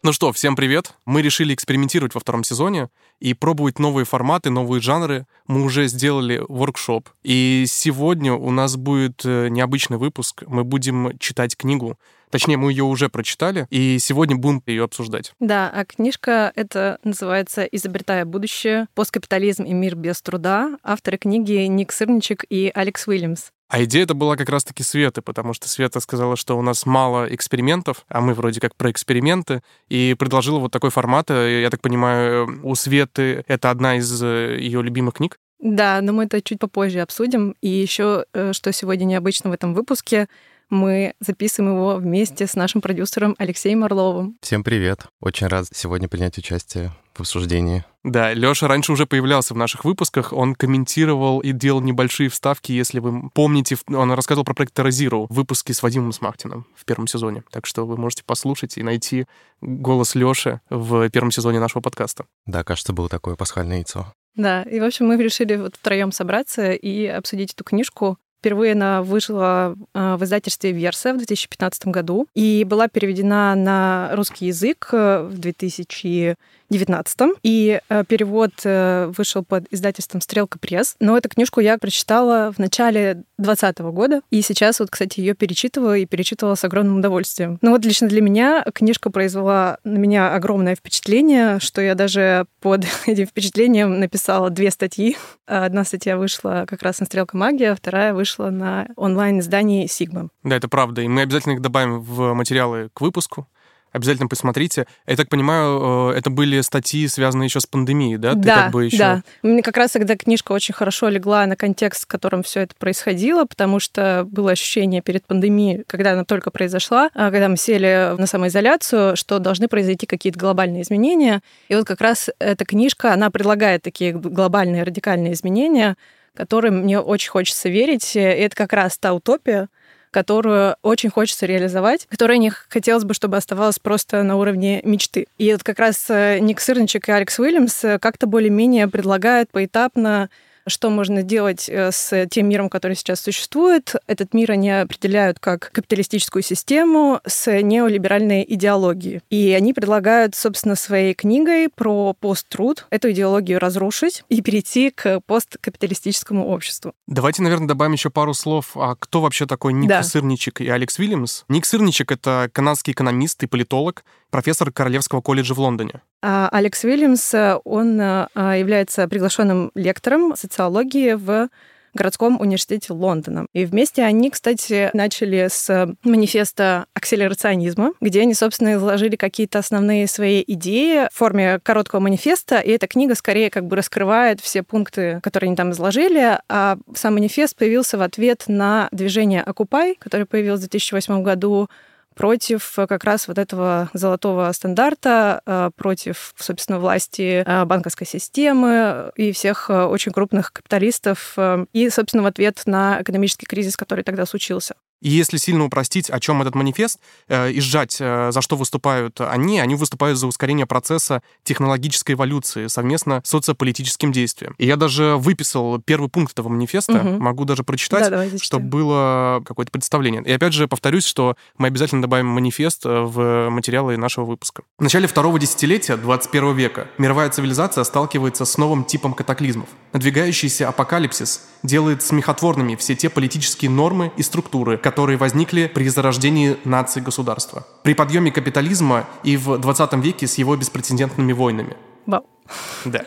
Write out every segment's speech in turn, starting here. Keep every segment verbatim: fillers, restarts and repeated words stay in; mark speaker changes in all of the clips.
Speaker 1: Ну что, всем привет. Мы решили экспериментировать во втором сезоне и пробовать новые форматы, новые жанры. Мы уже сделали воркшоп. И сегодня у нас будет необычный выпуск. Мы будем читать книгу. Точнее, мы ее уже прочитали, и сегодня будем ее обсуждать.
Speaker 2: Да, а книжка эта называется «Изобретая будущее. Посткапитализм и мир без труда». Авторы книги Ник Сырничек и Алекс Уильямс.
Speaker 1: А идея это была как раз-таки Светы, потому что Света сказала, что у нас мало экспериментов, а мы вроде как про эксперименты, и предложила вот такой формат. Я так понимаю, у Светы это одна из ее любимых книг?
Speaker 2: Да, но мы это чуть попозже обсудим. И еще, что сегодня необычно в этом выпуске, мы записываем его вместе с нашим продюсером Алексеем Орловым.
Speaker 3: Всем привет. Очень рад сегодня принять участие в обсуждении.
Speaker 1: Да, Лёша раньше уже появлялся в наших выпусках, он комментировал и делал небольшие вставки, если вы помните, он рассказывал про проект Terra Zero в выпуске с Вадимом Смахтиным в первом сезоне. Так что вы можете послушать и найти голос Лёши в первом сезоне нашего подкаста.
Speaker 3: Да, кажется, было такое пасхальное яйцо.
Speaker 2: Да, и, в общем, мы решили вот втроем собраться и обсудить эту книжку. Впервые она вышла в издательстве «Верса» в две тысячи пятнадцатом году и была переведена на русский язык в две тысячи девятнадцатом. И перевод вышел под издательством «Стрелка Пресс». Но эту книжку я прочитала в начале двадцатого года. И сейчас вот, кстати, ее перечитывала и перечитывала с огромным удовольствием. Ну вот лично для меня книжка произвела на меня огромное впечатление, что я даже под этим впечатлением написала две статьи. Одна статья вышла как раз на «Стрелка Магия», а вторая вышла на онлайн-издании «Сигма».
Speaker 1: Да, это правда. И мы обязательно их добавим в материалы к выпуску. Обязательно посмотрите. Я так понимаю, это были статьи, связанные еще с пандемией, да? Ты
Speaker 2: да,
Speaker 1: как бы еще...
Speaker 2: да. Мне как раз тогда книжка очень хорошо легла на контекст, в котором все это происходило, потому что было ощущение перед пандемией, когда она только произошла, когда мы сели на самоизоляцию, что должны произойти какие-то глобальные изменения. И вот как раз эта книжка, она предлагает такие глобальные радикальные изменения, которым мне очень хочется верить. И это как раз та утопия, которую очень хочется реализовать, которая не хотелось бы, чтобы оставалась просто на уровне мечты. И вот как раз Ник Сырничек и Алекс Уильямс как-то более-менее предлагают поэтапно, что можно делать с тем миром, который сейчас существует. Этот мир они определяют как капиталистическую систему с неолиберальной идеологией. И они предлагают, собственно, своей книгой про посттруд эту идеологию разрушить и перейти к посткапиталистическому обществу.
Speaker 1: Давайте, наверное, добавим еще пару слов. А кто вообще такой Ник да. Сырничек и Алекс Уильямс? Ник Сырничек — это канадский экономист и политолог, профессор Королевского колледжа в Лондоне.
Speaker 2: А Алекс Уильямс, он является приглашенным лектором социологии в городском университете Лондона. И вместе они, кстати, начали с манифеста акселерационизма, где они, собственно, изложили какие-то основные свои идеи в форме короткого манифеста, и эта книга скорее как бы раскрывает все пункты, которые они там изложили, а сам манифест появился в ответ на движение Occupy, которое появилось в две тысячи восьмом году, против как раз вот этого золотого стандарта, против, собственно, власти банковской системы и всех очень крупных капиталистов, и, собственно, в ответ на экономический кризис, который тогда случился.
Speaker 1: И если сильно упростить, о чем этот манифест, э, и сжать, э, за что выступают они, они выступают за ускорение процесса технологической эволюции совместно с социополитическим действием. И я даже выписал первый пункт этого манифеста, угу. могу даже прочитать, да, чтобы было какое-то представление. И опять же повторюсь, что мы обязательно добавим манифест в материалы нашего выпуска. В начале второго десятилетия двадцать первого века мировая цивилизация сталкивается с новым типом катаклизмов. Надвигающийся апокалипсис делает смехотворными все те политические нормы и структуры, которые возникли при зарождении наций-государства, при подъеме капитализма и в двадцатом веке с его беспрецедентными войнами.
Speaker 2: Вау.
Speaker 1: Да.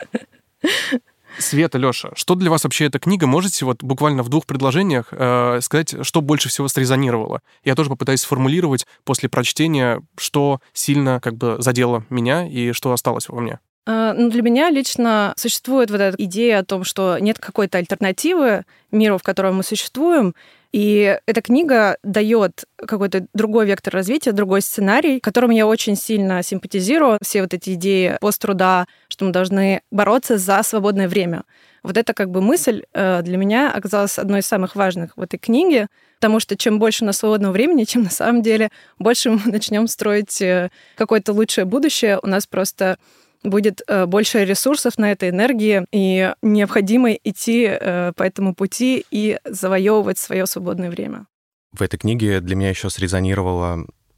Speaker 1: Света, Лёша, что для вас вообще эта книга? Можете вот буквально в двух предложениях э, сказать, что больше всего срезонировало? Я тоже попытаюсь сформулировать после прочтения, что сильно как бы задело меня и что осталось во мне.
Speaker 2: Ну, для меня лично существует вот эта идея о том, что нет какой-то альтернативы миру, в котором мы существуем, и эта книга дает какой-то другой вектор развития, другой сценарий, которым я очень сильно симпатизирую. Все вот эти идеи посттруда, что мы должны бороться за свободное время. Вот эта как бы мысль для меня оказалась одной из самых важных в этой книге, потому что чем больше у нас свободного времени, тем на самом деле больше мы начнем строить какое-то лучшее будущее. У нас просто будет больше ресурсов на этой энергии, и необходимо идти по этому пути и завоевывать свое свободное время.
Speaker 3: В этой книге для меня еще срезонировало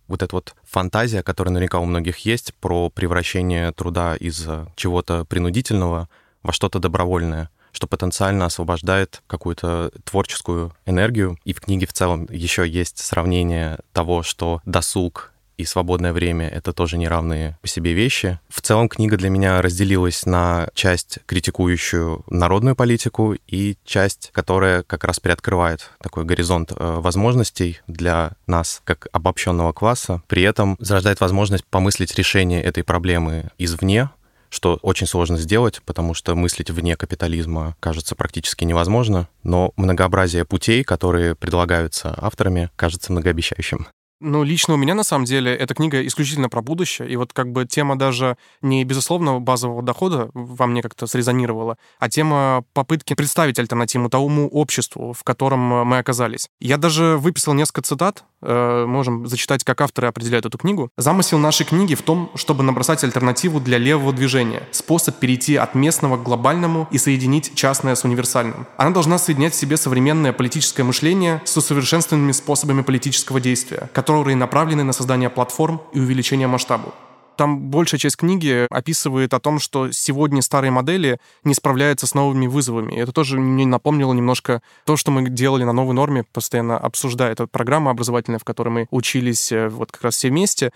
Speaker 3: вот эта вот фантазия, которая наверняка у многих есть, про превращение труда из чего-то принудительного во что-то добровольное, что потенциально освобождает какую-то творческую энергию. И в книге в целом еще есть сравнение того, что досуг и свободное время — это тоже неравные по себе вещи. В целом книга для меня разделилась на часть, критикующую народную политику, и часть, которая как раз приоткрывает такой горизонт возможностей для нас, как обобщенного класса. При этом зарождает возможность помыслить решение этой проблемы извне, что очень сложно сделать, потому что мыслить вне капитализма кажется практически невозможно, но многообразие путей, которые предлагаются авторами, кажется многообещающим.
Speaker 1: Ну, лично у меня, на самом деле, эта книга исключительно про будущее, и вот как бы тема даже не безусловного базового дохода во мне как-то срезонировала, а тема попытки представить альтернативу тому обществу, в котором мы оказались. Я даже выписал несколько цитат, э, можем зачитать, как авторы определяют эту книгу. «Замысел нашей книги в том, чтобы набросать альтернативу для левого движения, способ перейти от местного к глобальному и соединить частное с универсальным. Она должна соединять в себе современное политическое мышление с усовершенствованными способами политического действия, которые направлены на создание платформ и увеличение масштаба». Там большая часть книги описывает о том, что сегодня старые модели не справляются с новыми вызовами. И это тоже мне напомнило немножко то, что мы делали на «Новой норме», постоянно обсуждая эту программу образовательную, в которой мы учились вот как раз все вместе.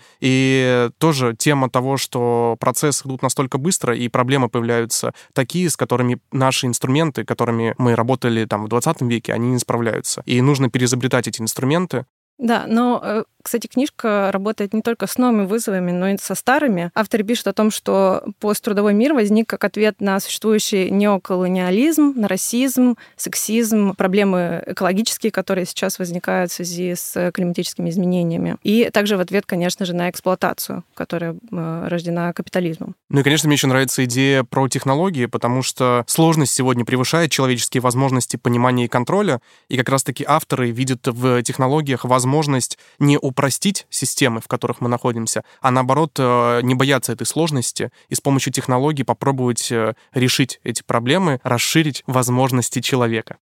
Speaker 1: И тоже тема того, что процессы идут настолько быстро, и проблемы появляются такие, с которыми наши инструменты, которыми мы работали там в двадцатом веке, они не справляются. И нужно переизобретать эти инструменты.
Speaker 2: Да, но, кстати, книжка работает не только с новыми вызовами, но и со старыми. Авторы пишут о том, что посттрудовой мир возник как ответ на существующий неоколониализм, на расизм, сексизм, проблемы экологические, которые сейчас возникают в связи с климатическими изменениями. И также в ответ, конечно же, на эксплуатацию, которая рождена капитализмом.
Speaker 1: Ну и, конечно, мне еще нравится идея про технологии, потому что сложность сегодня превышает человеческие возможности понимания и контроля, и как раз-таки авторы видят в технологиях возможность возможность не упростить системы, в которых мы находимся, а наоборот не бояться этой сложности и с помощью технологий попробовать решить эти проблемы, расширить возможности человека.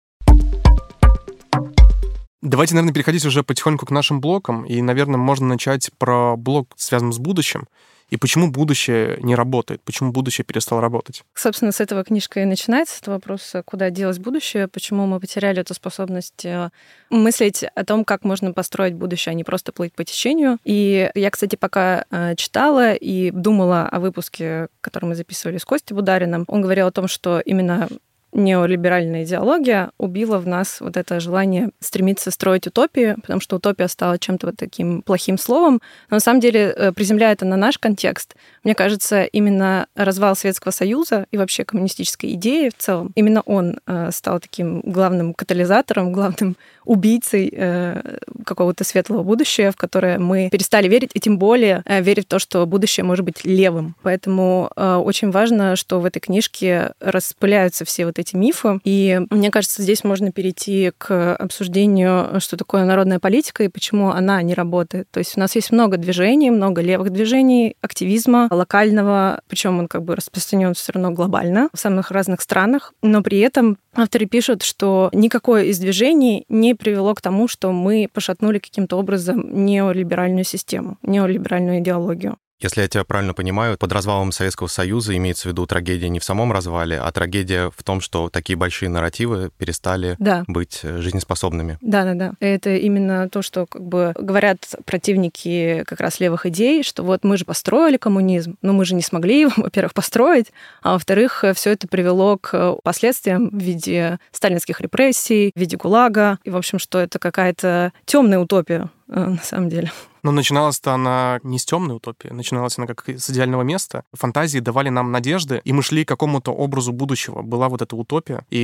Speaker 1: Давайте, наверное, переходить уже потихоньку к нашим блокам, и, наверное, можно начать про блок, связанный с будущим. И почему будущее не работает? Почему будущее перестало работать?
Speaker 2: Собственно, с этого книжка и начинается, с вопроса, куда делось будущее, почему мы потеряли эту способность мыслить о том, как можно построить будущее, а не просто плыть по течению. И я, кстати, пока читала и думала о выпуске, который мы записывали с Костей Будариным, он говорил о том, что именно неолиберальная идеология убила в нас вот это желание стремиться строить утопию, потому что утопия стала чем-то вот таким плохим словом. Но на самом деле, приземляя это на наш контекст, мне кажется, именно развал Советского Союза и вообще коммунистической идеи в целом, именно он стал таким главным катализатором, главным убийцей какого-то светлого будущего, в которое мы перестали верить, и тем более верить в то, что будущее может быть левым. Поэтому очень важно, что в этой книжке распыляются все вот эти мифы. И мне кажется, здесь можно перейти к обсуждению, что такое народная политика и почему она не работает. То есть у нас есть много движений, много левых движений, активизма локального, причем он как бы распространен все равно глобально в самых разных странах, но при этом авторы пишут, что никакое из движений не привело к тому, что мы пошатнули каким-то образом неолиберальную систему, неолиберальную идеологию.
Speaker 3: Если я тебя правильно понимаю, под развалом Советского Союза имеется в виду трагедия не в самом развале, а трагедия в том, что такие большие нарративы перестали да. быть жизнеспособными.
Speaker 2: Да-да-да. Это именно то, что как бы говорят противники как раз левых идей, что вот мы же построили коммунизм, но мы же не смогли его, во-первых, построить, а во-вторых, все это привело к последствиям в виде сталинских репрессий, в виде ГУЛАГа, и, в общем, что это какая-то темная утопия на самом деле.
Speaker 1: Но начиналась-то она не с темной утопии, начиналась она как с идеального места. Фантазии давали нам надежды, и мы шли к какому-то образу будущего. Была вот эта утопия. И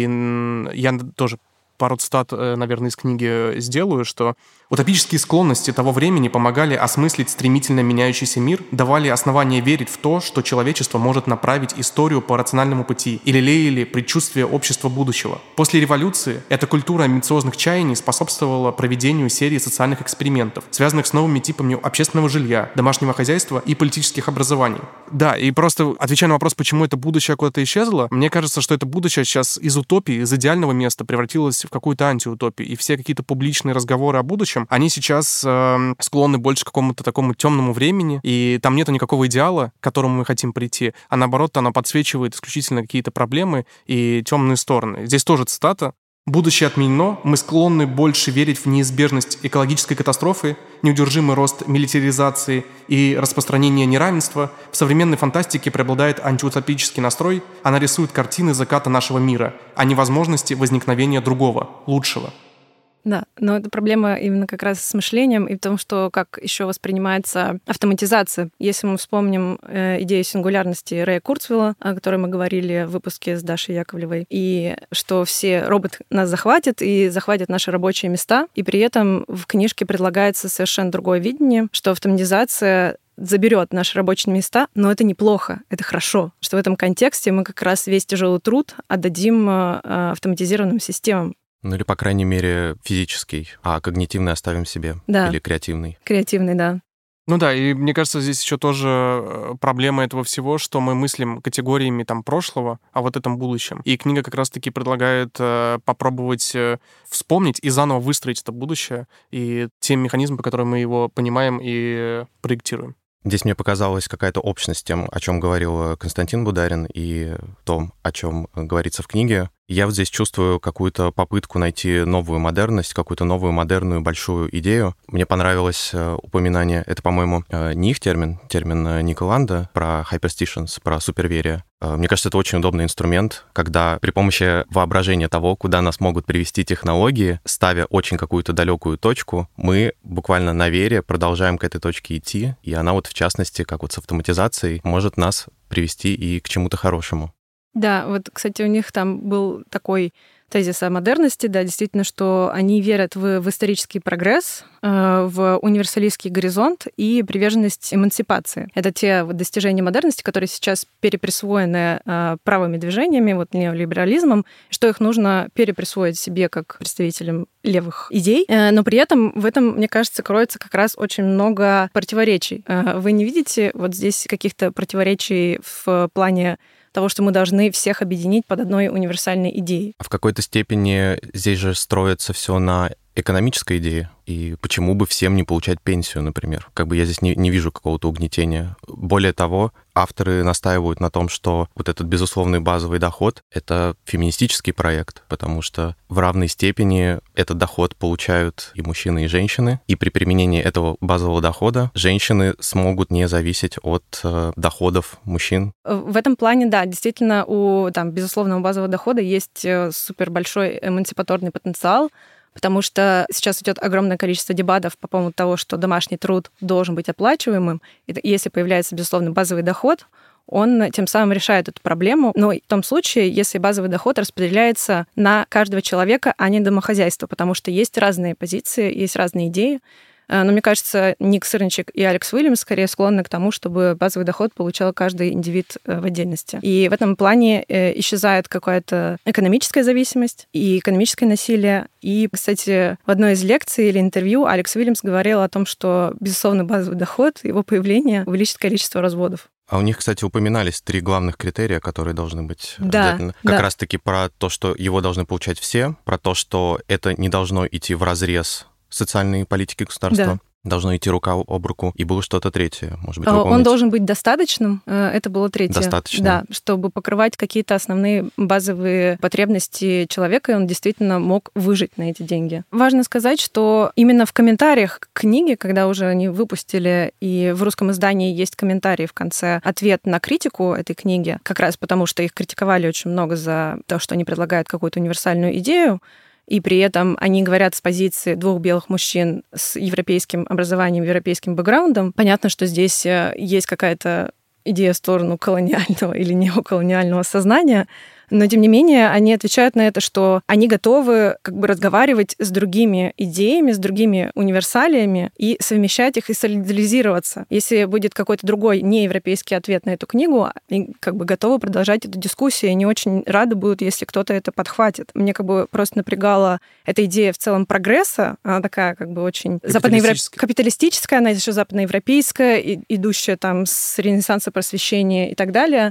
Speaker 1: я тоже пару цитат, наверное, из книги сделаю, что утопические склонности того времени помогали осмыслить стремительно меняющийся мир, давали основания верить в то, что человечество может направить историю по рациональному пути, и лелеяли предчувствие общества будущего. После революции эта культура амбициозных чаяний способствовала проведению серии социальных экспериментов, связанных с новыми типами общественного жилья, домашнего хозяйства и политических образований. Да, и просто отвечая на вопрос, почему это будущее куда-то исчезло, мне кажется, что это будущее сейчас из утопии, из идеального места превратилось в какую-то антиутопию. И все какие-то публичные разговоры о будущем, они сейчас э, склонны больше к какому-то такому темному времени, и там нету никакого идеала, к которому мы хотим прийти, а наоборот, оно подсвечивает исключительно какие-то проблемы и темные стороны. Здесь тоже цитата. «Будущее отменено, мы склонны больше верить в неизбежность экологической катастрофы, неудержимый рост милитаризации и распространение неравенства. В современной фантастике преобладает антиутопический настрой, она рисует картины заката нашего мира, а не возможности возникновения другого, лучшего».
Speaker 2: Да, но это проблема именно как раз с мышлением и в том, что как еще воспринимается автоматизация. Если мы вспомним э, идею сингулярности Рэя Курцвелла, о которой мы говорили в выпуске с Дашей Яковлевой, и что все роботы нас захватят и захватят наши рабочие места, и при этом в книжке предлагается совершенно другое видение, что автоматизация заберет наши рабочие места, но это неплохо, это хорошо, что в этом контексте мы как раз весь тяжелый труд отдадим э, автоматизированным системам.
Speaker 3: Ну или, по крайней мере, физический, а когнитивный оставим себе.
Speaker 2: Да.
Speaker 3: Или креативный.
Speaker 2: Креативный, да.
Speaker 1: Ну да, и мне кажется, здесь еще тоже проблема этого всего, что мы мыслим категориями там прошлого, а вот этом будущем. И книга как раз-таки предлагает э, попробовать э, вспомнить и заново выстроить это будущее и те механизмы, по которым мы его понимаем и проектируем.
Speaker 3: Здесь мне показалась какая-то общность тем, о чем говорил Константин Бударин, и том, о чем говорится в книге. Я вот здесь чувствую какую-то попытку найти новую модерность, какую-то новую модерную большую идею. Мне понравилось упоминание, это, по-моему, не их термин, термин Ника Ланда про hyperstitions, про суперверие. Мне кажется, это очень удобный инструмент, когда при помощи воображения того, куда нас могут привести технологии, ставя очень какую-то далекую точку, мы буквально на вере продолжаем к этой точке идти, и она вот в частности, как вот с автоматизацией, может нас привести и к чему-то хорошему.
Speaker 2: Да, вот, кстати, у них там был такой тезис о модерности, да, действительно, что они верят в, в исторический прогресс, э, в универсалистский горизонт и приверженность эмансипации. Это те вот достижения модерности, которые сейчас переприсвоены э, правыми движениями, вот неолиберализмом, что их нужно переприсвоить себе как представителям левых идей, э, но при этом в этом, мне кажется, кроется как раз очень много противоречий. Э, вы не видите вот здесь каких-то противоречий в плане того, что мы должны всех объединить под одной универсальной идеей.
Speaker 3: В какой-то степени здесь же строится все на экономической идее. И почему бы всем не получать пенсию, например? Как бы я здесь не, не вижу какого-то угнетения. Более того, авторы настаивают на том, что вот этот безусловный базовый доход — это феминистический проект, потому что в равной степени этот доход получают и мужчины, и женщины. И при применении этого базового дохода женщины смогут не зависеть от э, доходов мужчин.
Speaker 2: В этом плане, да, действительно, у там, безусловного базового дохода есть супер большой эмансипаторный потенциал, потому что сейчас идет огромное количество дебатов по поводу того, что домашний труд должен быть оплачиваемым. И если появляется, безусловно, базовый доход, он тем самым решает эту проблему. Но в том случае, если базовый доход распределяется на каждого человека, а не домохозяйство, потому что есть разные позиции, есть разные идеи. Но мне кажется, Ник Сырничек и Алекс Уильямс скорее склонны к тому, чтобы базовый доход получал каждый индивид в отдельности. И в этом плане исчезает какая-то экономическая зависимость и экономическое насилие. И, кстати, в одной из лекций или интервью Алекс Уильямс говорил о том, что, безусловно, базовый доход, его появление увеличит количество разводов.
Speaker 3: А у них, кстати, упоминались три главных критерия, которые должны быть
Speaker 2: да,
Speaker 3: обязательно. Как
Speaker 2: да.
Speaker 3: раз-таки про то, что его должны получать все, про то, что это не должно идти вразрез социальной политики государства. Да. Должно идти рука об руку. И было что-то третье, может быть, вы помните?
Speaker 2: Он должен быть достаточным, это было третье.
Speaker 3: Достаточным.
Speaker 2: Да, чтобы покрывать какие-то основные базовые потребности человека, и он действительно мог выжить на эти деньги. Важно сказать, что именно в комментариях к книге, когда уже они выпустили, и в русском издании есть комментарий в конце, ответ на критику этой книги, как раз потому, что их критиковали очень много за то, что они предлагают какую-то универсальную идею, и при этом они говорят с позиции двух белых мужчин с европейским образованием, европейским бэкграундом. Понятно, что здесь есть какая-то идея в сторону колониального или неоколониального сознания, но, тем не менее, они отвечают на это, что они готовы как бы разговаривать с другими идеями, с другими универсалиями и совмещать их и солидаризироваться. Если будет какой-то другой неевропейский ответ на эту книгу, они как бы готовы продолжать эту дискуссию, и они очень рады будут, если кто-то это подхватит. Мне как бы просто напрягала эта идея в целом прогресса, она такая как бы очень западноевропейская, капиталистическая, она еще западноевропейская, идущая там с Ренессанса, Просвещения и так далее.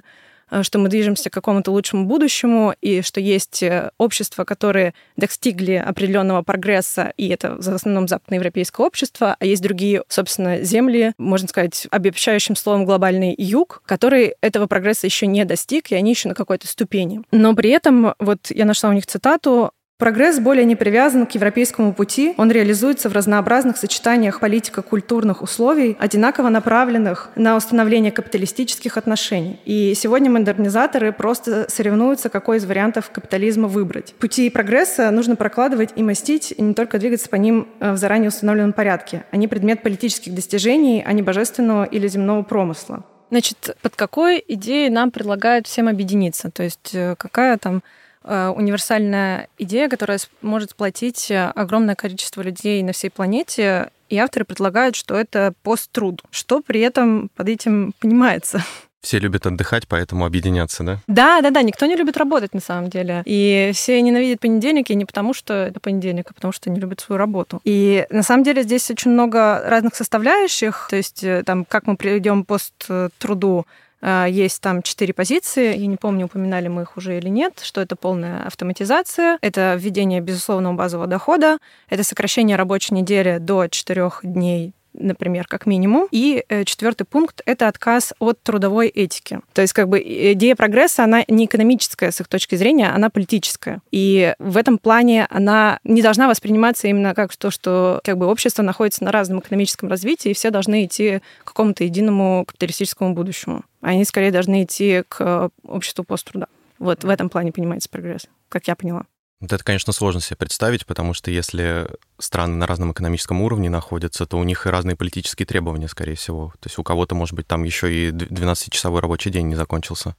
Speaker 2: что мы движемся к какому-то лучшему будущему, и что есть общества, которые достигли определенного прогресса, и это в основном западноевропейское общество, а есть другие, собственно, земли, можно сказать, обобщающим словом глобальный юг, который этого прогресса еще не достиг, и они еще на какой-то ступени. Но при этом, вот я нашла у них цитату: «Прогресс более не привязан к европейскому пути, он реализуется в разнообразных сочетаниях политико-культурных условий, одинаково направленных на установление капиталистических отношений. И сегодня модернизаторы просто соревнуются, какой из вариантов капитализма выбрать. Пути прогресса нужно прокладывать и мастить, и не только двигаться по ним в заранее установленном порядке. Они предмет политических достижений, а не божественного или земного промысла». Значит, под какой идеей нам предлагают всем объединиться? То есть какая там универсальная идея, которая может сплотить огромное количество людей на всей планете, и авторы предлагают, что это посттруд. Что при этом под этим понимается?
Speaker 3: Все любят отдыхать, поэтому объединяться, да?
Speaker 2: Да, да, да. Никто не любит работать на самом деле. И все ненавидят понедельники не потому, что это понедельник, а потому что не любят свою работу. И на самом деле здесь очень много разных составляющих. То есть там, как мы приведем посттруду, есть там четыре позиции, я не помню, упоминали мы их уже или нет, что это полная автоматизация, это введение безусловного базового дохода, это сокращение рабочей недели до четырех дней, например, как минимум. И четвертый пункт — это отказ от трудовой этики. То есть как бы идея прогресса, она не экономическая с их точки зрения, она политическая. И в этом плане она не должна восприниматься именно как то, что как бы общество находится на разном экономическом развитии, и все должны идти к какому-то единому капиталистическому будущему. Они скорее должны идти к обществу посттруда. Вот в этом плане понимается прогресс, как я поняла.
Speaker 3: Вот это, конечно, сложно себе представить, потому что если страны на разном экономическом уровне находятся, то у них и разные политические требования, скорее всего. То есть у кого-то, может быть, там еще и двенадцатичасовой рабочий день не закончился.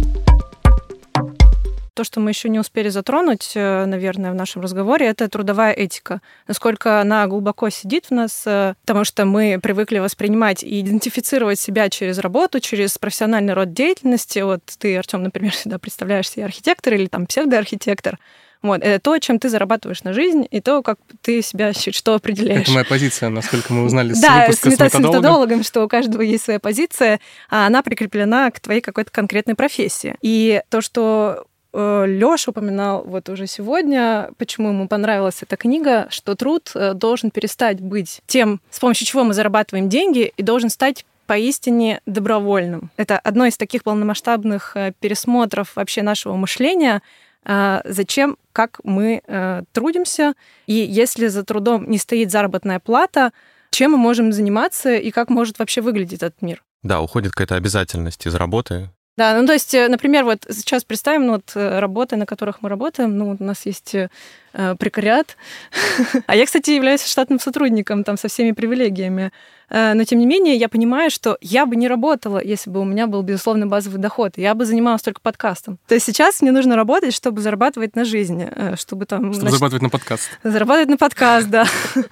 Speaker 2: То, что мы еще не успели затронуть, наверное, в нашем разговоре, это трудовая этика. Насколько она глубоко сидит в нас, потому что мы привыкли воспринимать и идентифицировать себя через работу, через профессиональный род деятельности. Вот ты, Артём, например, всегда представляешь себя архитектор или там псевдоархитектор. Вот. Это то, чем ты зарабатываешь на жизнь, и то, как ты себя что определяешь.
Speaker 1: Это моя позиция, насколько мы узнали с
Speaker 2: да,
Speaker 1: выпуска
Speaker 2: с,
Speaker 1: с методологом.
Speaker 2: с методологом, что у каждого есть своя позиция, а она прикреплена к твоей какой-то конкретной профессии. И то, что Лёша упоминал вот уже сегодня, почему ему понравилась эта книга, что труд должен перестать быть тем, с помощью чего мы зарабатываем деньги, и должен стать поистине добровольным. Это одно из таких полномасштабных пересмотров вообще нашего мышления, зачем, как мы трудимся, и если за трудом не стоит заработная плата, чем мы можем заниматься и как может вообще выглядеть этот мир.
Speaker 3: Да, уходит какая-то обязательность из работы.
Speaker 2: Да, ну то есть, например, вот сейчас представим, ну, вот работы, на которых мы работаем, ну, у нас есть э, прекариат, а я, кстати, являюсь штатным сотрудником там со всеми привилегиями, э, но тем не менее я понимаю, что я бы не работала, если бы у меня был, безусловно, базовый доход, я бы занималась только подкастом. То есть сейчас мне нужно работать, чтобы зарабатывать на жизнь, э, чтобы там...
Speaker 1: Чтобы значит, зарабатывать на подкаст.
Speaker 2: Зарабатывать на подкаст, да.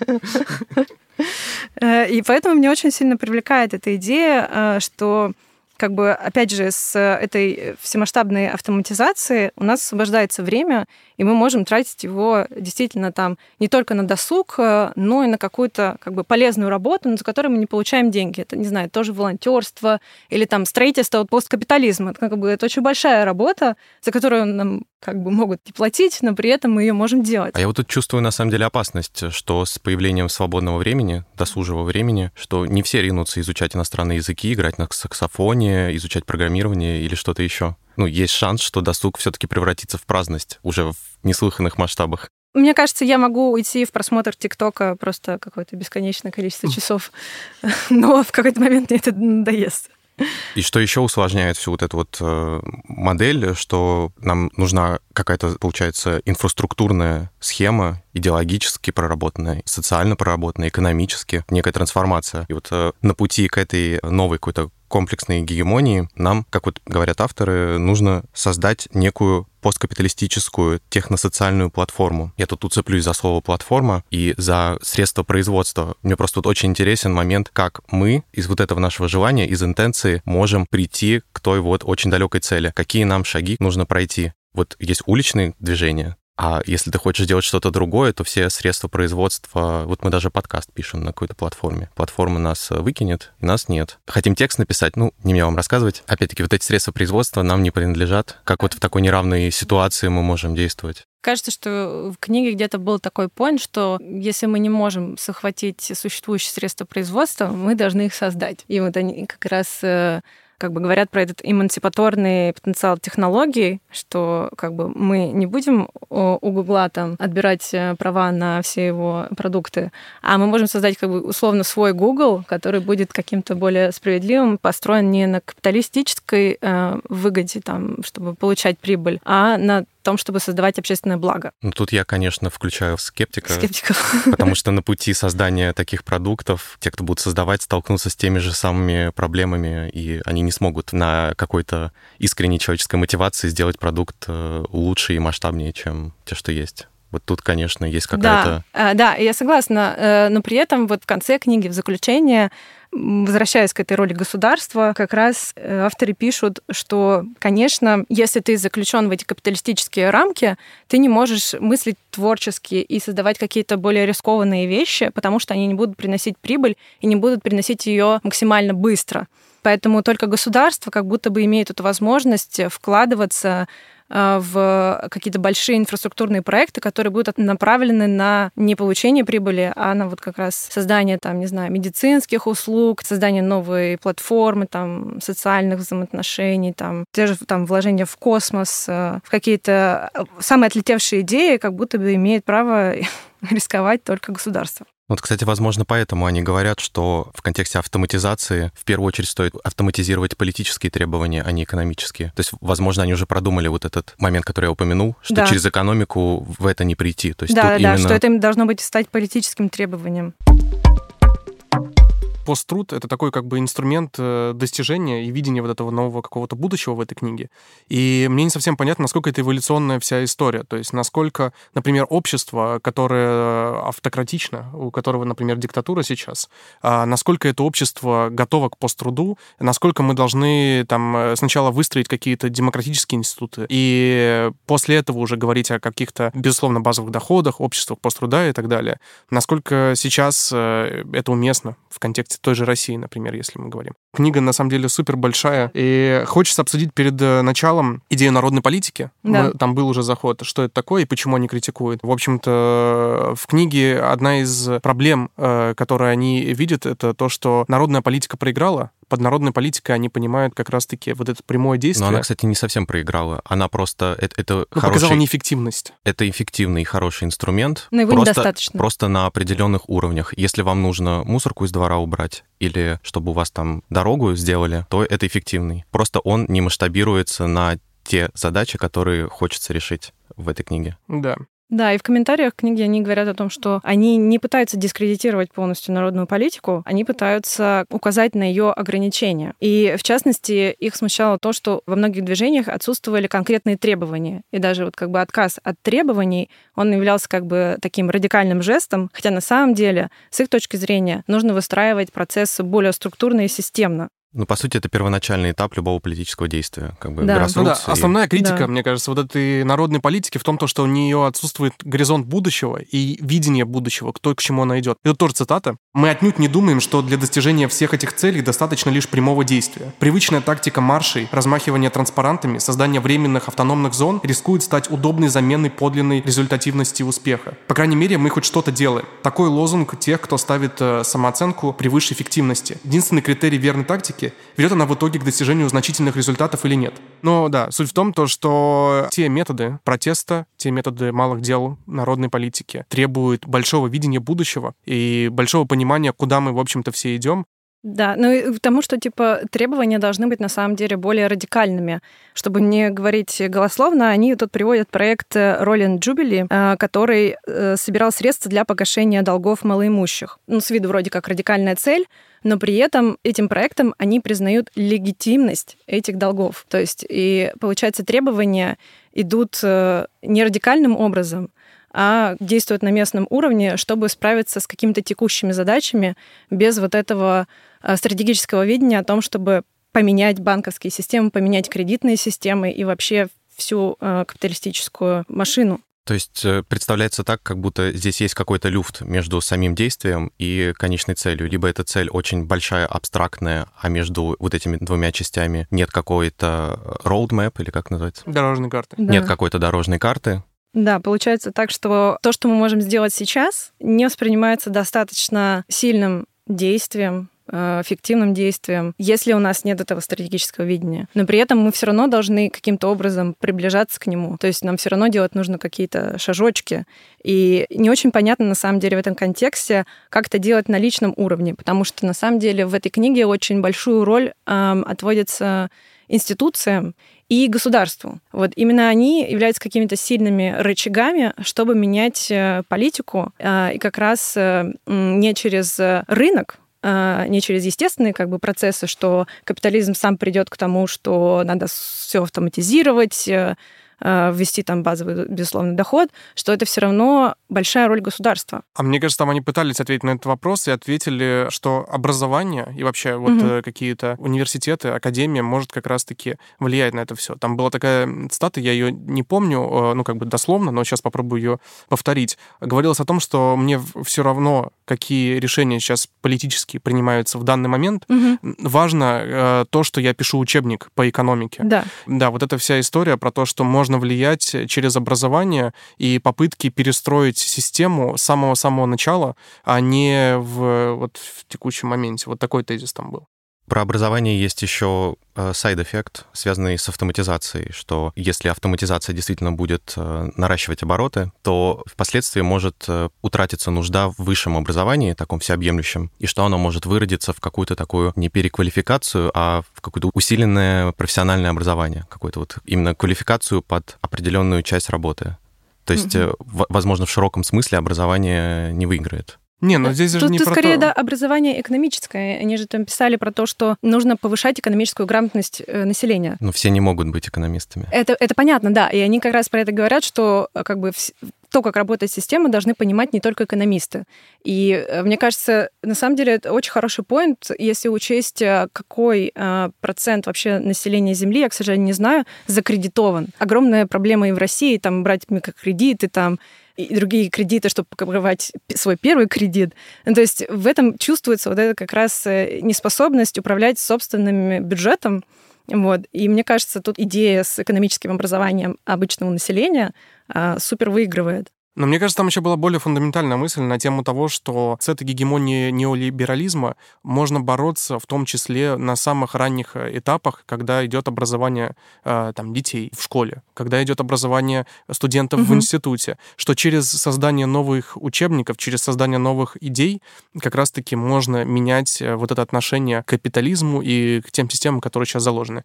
Speaker 2: И поэтому меня очень сильно привлекает эта идея, что как бы, опять же, с этой всемасштабной автоматизацией у нас освобождается время, и мы можем тратить его действительно там не только на досуг, но и на какую-то как бы полезную работу, но за которую мы не получаем деньги. Это, не знаю, тоже волонтерство или там строительство от посткапитализма. Это, как бы, это очень большая работа, за которую нам как бы могут не платить, но при этом мы ее можем делать.
Speaker 3: А я вот тут чувствую, на самом деле, опасность, что с появлением свободного времени, досужего времени, что не все ринутся изучать иностранные языки, играть на саксофоне, изучать программирование или что-то еще. Ну, есть шанс, что досуг все-таки превратится в праздность уже в неслыханных масштабах.
Speaker 2: Мне кажется, я могу уйти в просмотр ТикТока просто какое-то бесконечное количество часов, но в какой-то момент мне это надоест.
Speaker 3: И что еще усложняет всю вот эту вот э, модель, что нам нужна какая-то, получается, инфраструктурная схема, идеологически проработанная, социально проработанная, экономически, некая трансформация. И вот э, на пути к этой новой какой-то комплексной гегемонии нам, как вот говорят авторы, нужно создать некую посткапиталистическую техносоциальную платформу. Я тут уцеплюсь за слово «платформа» и за средства производства. Мне просто вот очень интересен момент, как мы из вот этого нашего желания, из интенции можем прийти к той вот очень далекой цели. Какие нам шаги нужно пройти. Вот есть уличные движения, А если ты хочешь делать что-то другое, то все средства производства... Вот мы даже подкаст пишем на какой-то платформе. Платформа нас выкинет, и нас нет. Хотим текст написать, ну, не мне вам рассказывать. Опять-таки, вот эти средства производства нам не принадлежат. Как вот в такой неравной ситуации мы можем действовать?
Speaker 2: Кажется, что в книге где-то был такой point, что если мы не можем захватить существующие средства производства, мы должны их создать. И вот они как раз как бы говорят про этот эмансипаторный потенциал технологий, что как бы мы не будем у Гугла там отбирать права на все его продукты, а мы можем создать как бы условно свой Google, который будет каким-то более справедливым, построен не на капиталистической э, выгоде, там, чтобы получать прибыль, а на том, чтобы создавать общественное благо.
Speaker 3: Ну, тут я, конечно, включаю скептика,
Speaker 2: Скептиков.
Speaker 3: Потому что на пути создания таких продуктов те, кто будут создавать, столкнутся с теми же самыми проблемами, и они не смогут на какой-то искренней человеческой мотивации сделать продукт лучше и масштабнее, чем те, что есть. Вот тут, конечно, есть какая-то...
Speaker 2: Да, да, я согласна. Но при этом вот в конце книги, в заключение, возвращаясь к этой роли государства, как раз авторы пишут, что, конечно, если ты заключен в эти капиталистические рамки, ты не можешь мыслить творчески и создавать какие-то более рискованные вещи, потому что они не будут приносить прибыль и не будут приносить ее максимально быстро. Поэтому только государство как будто бы имеет эту возможность вкладываться в какие-то большие инфраструктурные проекты, которые будут направлены на не получение прибыли, а на вот как раз создание, там, не знаю, медицинских услуг, создание новой платформы, там, социальных взаимоотношений, там, те же там, вложения в космос, в какие-то самые отлетевшие идеи, как будто бы имеет право рисковать только государство.
Speaker 3: Вот, кстати, возможно, поэтому они говорят, что в контексте автоматизации в первую очередь стоит автоматизировать политические требования, а не экономические. То есть, возможно, они уже продумали вот этот момент, который я упомянул, что да. через экономику в это не прийти. То есть
Speaker 2: да,
Speaker 3: тут
Speaker 2: да,
Speaker 3: именно...
Speaker 2: что это должно быть стать политическим требованием.
Speaker 1: Посттруд — это такой как бы инструмент достижения и видения вот этого нового какого-то будущего в этой книге. И мне не совсем понятно, насколько это эволюционная вся история. То есть насколько, например, общество, которое автократично, у которого, например, диктатура сейчас, насколько это общество готово к посттруду, насколько мы должны там сначала выстроить какие-то демократические институты и после этого уже говорить о каких-то, безусловно, базовых доходах, обществах посттруда и так далее. Насколько сейчас это уместно в контексте той же России, например, если мы говорим. Книга, на самом деле, супер большая, и хочется обсудить перед началом идею народной политики.
Speaker 2: Да.
Speaker 1: Мы, там был уже заход, что это такое и почему они критикуют. В общем-то, в книге одна из проблем, которые они видят, это то, что народная политика проиграла. Под народной политикой они понимают как раз-таки вот это прямое действие.
Speaker 3: Но она, кстати, не совсем проиграла. Она просто... Это, это
Speaker 1: ну,
Speaker 3: хороший...
Speaker 1: показала неэффективность.
Speaker 3: Это эффективный и хороший инструмент.
Speaker 2: Но его
Speaker 3: просто,
Speaker 2: недостаточно.
Speaker 3: Просто на определенных уровнях. Если вам нужно мусорку из двора убрать или чтобы у вас там дорогу сделали, то это эффективный. Просто он не масштабируется на те задачи, которые хочется решить в этой книге.
Speaker 1: Да.
Speaker 2: Да, и в комментариях книги они говорят о том, что они не пытаются дискредитировать полностью народную политику, они пытаются указать на ее ограничения. И, в частности, их смущало то, что во многих движениях отсутствовали конкретные требования. И даже вот как бы отказ от требований, он являлся как бы таким радикальным жестом, хотя на самом деле, с их точки зрения, нужно выстраивать процессы более структурно и системно.
Speaker 3: Ну, по сути, это первоначальный этап любого политического действия. Как бы
Speaker 2: да.
Speaker 1: Ну, да.
Speaker 3: И...
Speaker 1: Основная критика,
Speaker 2: да.
Speaker 1: мне кажется, вот этой народной политики в том, что у нее отсутствует горизонт будущего и видение будущего, кто к чему она идет. Это тоже цитата. «Мы отнюдь не думаем, что для достижения всех этих целей достаточно лишь прямого действия. Привычная тактика маршей, размахивание транспарантами, создание временных автономных зон рискует стать удобной заменой подлинной результативности успеха. По крайней мере, мы хоть что-то делаем». Такой лозунг тех, кто ставит самооценку превыше эффективности. Единственный критерий верной тактики — ведет она в итоге к достижению значительных результатов или нет. Но да, суть в том, то, что те методы протеста, те методы малых дел народной политики требуют большого видения будущего и большого понимания, куда мы, в общем-то, все идем.
Speaker 2: Да, ну и к тому, что, типа, требования должны быть, на самом деле, более радикальными. Чтобы не говорить голословно, они тут приводят проект Rolling Jubilee, который собирал средства для погашения долгов малоимущих. Ну, с виду вроде как радикальная цель, но при этом этим проектом они признают легитимность этих долгов. То есть, и, получается, требования идут не радикальным образом, а действуют на местном уровне, чтобы справиться с какими-то текущими задачами без вот этого стратегического видения о том, чтобы поменять банковские системы, поменять кредитные системы и вообще всю капиталистическую машину.
Speaker 3: То есть представляется так, как будто здесь есть какой-то люфт между самим действием и конечной целью. Либо эта цель очень большая, абстрактная, а между вот этими двумя частями нет какой-то roadmap, или как называется?
Speaker 1: Дорожной карты.
Speaker 2: Да.
Speaker 3: Нет какой-то дорожной карты.
Speaker 2: Да, получается так, что то, что мы можем сделать сейчас, не воспринимается достаточно сильным действием, эффективным действием, если у нас нет этого стратегического видения. Но при этом мы все равно должны каким-то образом приближаться к нему. То есть нам все равно делать нужно какие-то шажочки. И не очень понятно, на самом деле, в этом контексте, как это делать на личном уровне, потому что, на самом деле, в этой книге очень большую роль эм, отводится институциям и государству. Вот именно они являются какими-то сильными рычагами, чтобы менять политику, э, и как раз э, не через рынок, не через естественные как бы, процессы, что капитализм сам придет к тому, что надо все автоматизировать, ввести там базовый, безусловно, доход, что это все равно большая роль государства.
Speaker 1: А мне кажется, там они пытались ответить на этот вопрос и ответили, что образование и вообще вот
Speaker 2: Мгм.
Speaker 1: какие-то университеты, академия может как раз-таки влиять на это все. Там была такая цитата, я ее не помню, ну как бы дословно, но сейчас попробую ее повторить. Говорилось о том, что мне все равно, какие решения сейчас политические принимаются в данный момент,
Speaker 2: Мгм.
Speaker 1: важно э, то, что я пишу учебник по экономике.
Speaker 2: Да.
Speaker 1: Да, вот эта вся история про то, что можно влиять через образование и попытки перестроить систему с самого-самого начала, а не в, вот, в текущем моменте. Вот такой тезис там был.
Speaker 3: Про образование есть еще сайд-эффект, связанный с автоматизацией, что если автоматизация действительно будет э, наращивать обороты, то впоследствии может э, утратиться нужда в высшем образовании, таком всеобъемлющем, и что оно может выродиться в какую-то такую не переквалификацию, а в какое-то усиленное профессиональное образование, какую-то вот именно квалификацию под определенную часть работы. То есть,
Speaker 2: Мгм.
Speaker 3: э, в- возможно, в широком смысле образование не выиграет.
Speaker 1: Не, ну здесь же
Speaker 2: Тут,
Speaker 1: не
Speaker 2: тут
Speaker 1: про
Speaker 2: скорее,
Speaker 1: то...
Speaker 2: да, образование экономическое. Они же там писали про то, что нужно повышать экономическую грамотность э, населения.
Speaker 3: Но все не могут быть экономистами.
Speaker 2: Это, это понятно, да. И они как раз про это говорят, что э, как бы вс- то, как работает система, должны понимать не только экономисты. И э, мне кажется, на самом деле это очень хороший поинт, если учесть, э, какой э, процент вообще населения Земли, я, к сожалению, не знаю, закредитован. Огромная проблема и в России, там, брать микрокредиты, там, и другие кредиты, чтобы покрывать п- свой первый кредит. Ну, то есть в этом чувствуется вот эта как раз э, неспособность управлять собственным бюджетом. Вот. И мне кажется, тут идея с экономическим образованием обычного населения а, супер выигрывает.
Speaker 1: Но мне кажется, там еще была более фундаментальная мысль на тему того, что с этой гегемонией неолиберализма можно бороться в том числе на самых ранних этапах, когда идет образование э, там, детей в школе, когда идет образование студентов в
Speaker 2: Мгм.
Speaker 1: институте, что через создание новых учебников, через создание новых идей как раз-таки можно менять э, вот это отношение к капитализму и к тем системам, которые сейчас заложены.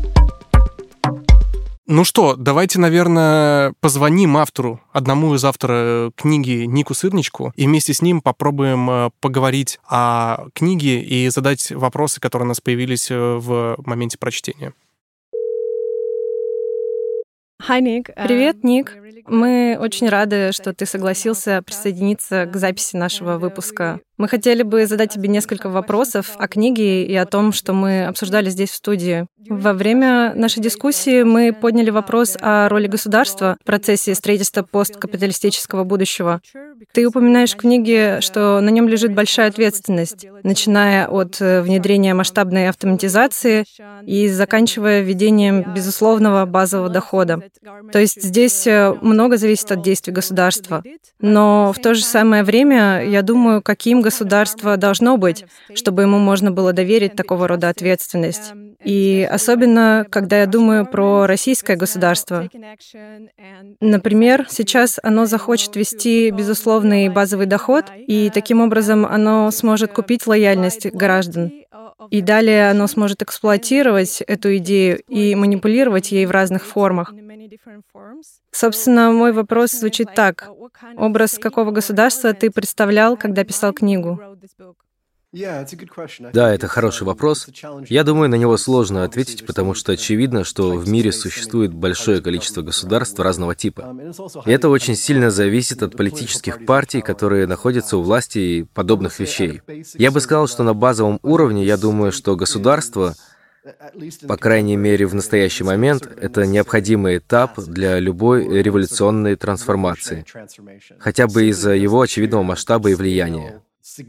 Speaker 1: Ну что, давайте, наверное, позвоним автору, одному из авторов книги Нику Сырничку, и вместе с ним попробуем э, поговорить о книге и задать вопросы, которые у нас появились э, в моменте прочтения.
Speaker 2: Привет, Ник. Мы очень рады, что ты согласился присоединиться к записи нашего выпуска. Мы хотели бы задать тебе несколько вопросов о книге и о том, что мы обсуждали здесь в студии. Во время нашей дискуссии мы подняли вопрос о роли государства в процессе строительства посткапиталистического будущего. Ты упоминаешь в книге, что на нем лежит большая ответственность, начиная от э, внедрения масштабной автоматизации и заканчивая введением безусловного базового дохода. То есть здесь э, много зависит от действий государства. Но в то же самое время, я думаю, каким государство должно быть, чтобы ему можно было доверить такого рода ответственность. И особенно, когда я думаю про российское государство. Например, сейчас оно захочет ввести безусловный базовый доход, и таким образом оно сможет купить лояльность граждан. И далее оно сможет эксплуатировать эту идею и манипулировать ей в разных формах. Собственно, мой вопрос звучит так. Образ какого государства ты представлял, когда писал книгу?
Speaker 4: Да, это хороший вопрос. Я думаю, на него сложно ответить, потому что очевидно, что в мире существует большое количество государств разного типа. И это очень сильно зависит от политических партий, которые находятся у власти и подобных вещей. Я бы сказал, что на базовом уровне, я думаю, что государство — По крайней мере, в настоящий момент это необходимый этап для любой революционной трансформации, хотя бы из-за его очевидного масштаба и влияния.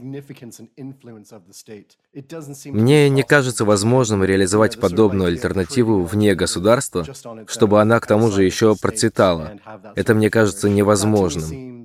Speaker 4: Мне не кажется возможным реализовать подобную альтернативу вне государства, чтобы она к тому же еще процветала. Это мне кажется невозможным.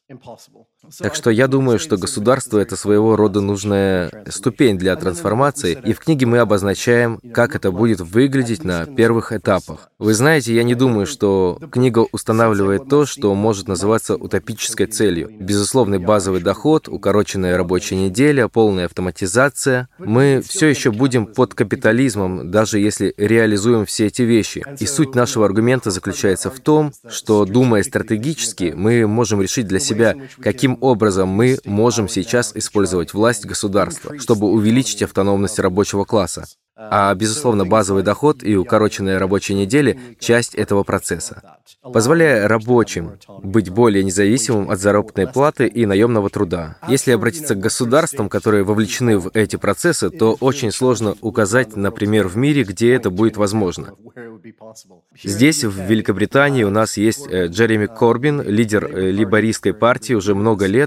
Speaker 4: Так что я думаю, что государство — это своего рода нужная ступень для трансформации, и в книге мы обозначаем, как это будет выглядеть на первых этапах. Вы знаете, я не думаю, что книга устанавливает то, что может называться утопической целью. Безусловный базовый доход, укороченная рабочая неделя, полная автоматизация. Мы все еще будем под капитализмом, даже если реализуем все эти вещи. И суть нашего аргумента заключается в том, что, думая стратегически, мы можем решить для себя, каким образом мы можем сейчас использовать власть государства, чтобы увеличить автономность рабочего класса. А, безусловно, базовый доход и укороченная рабочая неделя — часть этого процесса, позволяя рабочим быть более независимым от заработной платы и наемного труда. Если обратиться к государствам, которые вовлечены в эти процессы, то очень сложно указать, например, в мире, где это будет возможно. Здесь, в Великобритании, у нас есть Джереми Корбин, лидер лейбористской партии уже много лет,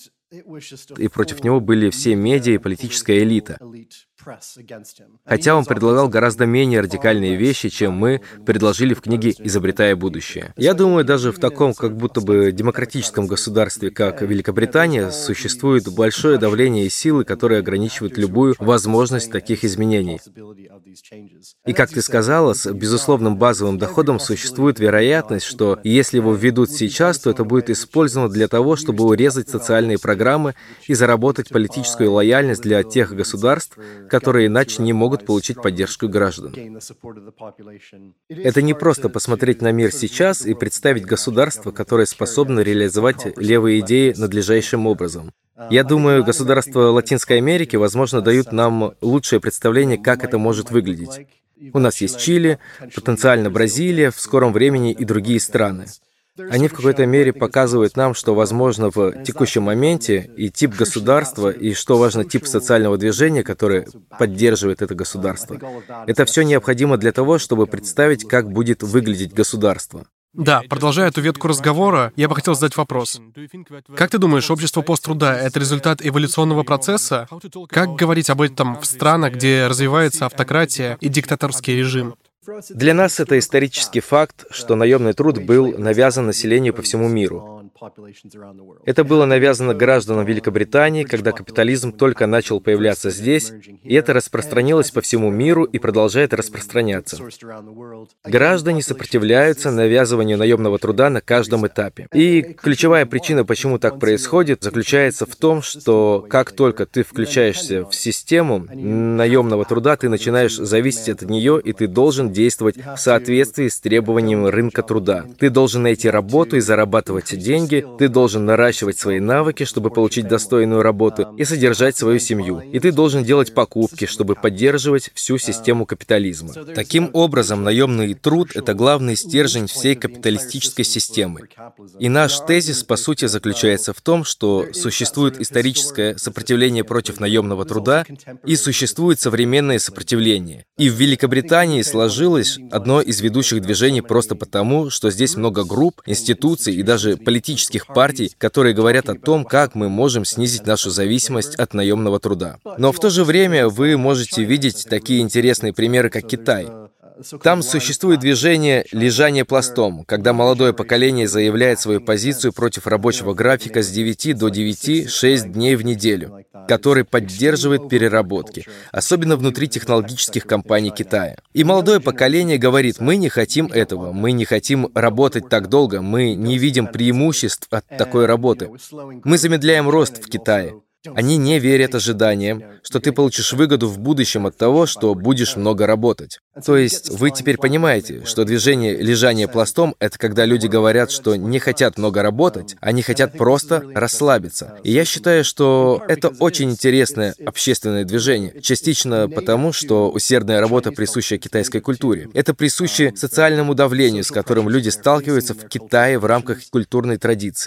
Speaker 4: и против него были все медиа и политическая элита. Хотя он предлагал гораздо менее радикальные вещи, чем мы предложили в книге «Изобретая будущее». Я думаю, даже в таком как будто бы демократическом государстве, как Великобритания, существует большое давление и силы, которые ограничивают любую возможность таких изменений. И, как ты сказала, с безусловным базовым доходом существует вероятность, что если его введут сейчас, то это будет использовано для того, чтобы урезать социальные программы и заработать политическую лояльность для тех государств, которые иначе не могут получить поддержку граждан. Это не просто посмотреть на мир сейчас и представить государство, которое способно реализовать левые идеи надлежащим образом. Я думаю, государства Латинской Америки, возможно, дают нам лучшее представление, как это может выглядеть. У нас есть Чили, потенциально Бразилия, в скором времени и другие страны. Они в какой-то мере показывают нам, что возможно в текущем моменте, и тип государства, и, что важно, тип социального движения, которое поддерживает это государство. Это все необходимо для того, чтобы представить, как будет выглядеть государство.
Speaker 1: Да, продолжая эту ветку разговора, я бы хотел задать вопрос. Как ты думаешь, общество посттруда — это результат эволюционного процесса? Как говорить об этом в странах, где развивается автократия и диктаторский режим?
Speaker 4: Для нас это исторический факт, что наемный труд был навязан населению по всему миру. Это было навязано гражданам Великобритании, когда капитализм только начал появляться здесь, и это распространилось по всему миру и продолжает распространяться. Граждане сопротивляются навязыванию наемного труда на каждом этапе. И ключевая причина, почему так происходит, заключается в том, что как только ты включаешься в систему наемного труда, ты начинаешь зависеть от нее, и ты должен действовать в соответствии с требованиями рынка труда. Ты должен найти работу и зарабатывать деньги, ты должен наращивать свои навыки, чтобы получить достойную работу и содержать свою семью. И ты должен делать покупки, чтобы поддерживать всю систему капитализма. Таким образом, наемный труд — это главный стержень всей капиталистической системы. И наш тезис, по сути, заключается в том, что существует историческое сопротивление против наемного труда и существует современное сопротивление. И в Великобритании сложилось одно из ведущих движений просто потому, что здесь много групп, институций и даже политических партий, которые говорят о том, как мы можем снизить нашу зависимость от наемного труда. Но в то же время вы можете видеть такие интересные примеры, как Китай. Там существует движение «лежание пластом», когда молодое поколение заявляет свою позицию против рабочего графика с девяти до девяти шесть дней в неделю, который поддерживает переработки, особенно внутри технологических компаний Китая. И молодое поколение говорит: мы не хотим этого, мы не хотим работать так долго, мы не видим преимуществ от такой работы. Мы замедляем рост в Китае. Они не верят ожиданиям, что ты получишь выгоду в будущем от того, что будешь много работать. То есть вы теперь понимаете, что движение «лежание пластом» — это когда люди говорят, что не хотят много работать, они хотят просто расслабиться. И я считаю, что это очень интересное общественное движение, частично потому, что усердная работа присуща китайской культуре. Это присуще социальному давлению, с которым люди сталкиваются в Китае в рамках культурной традиции.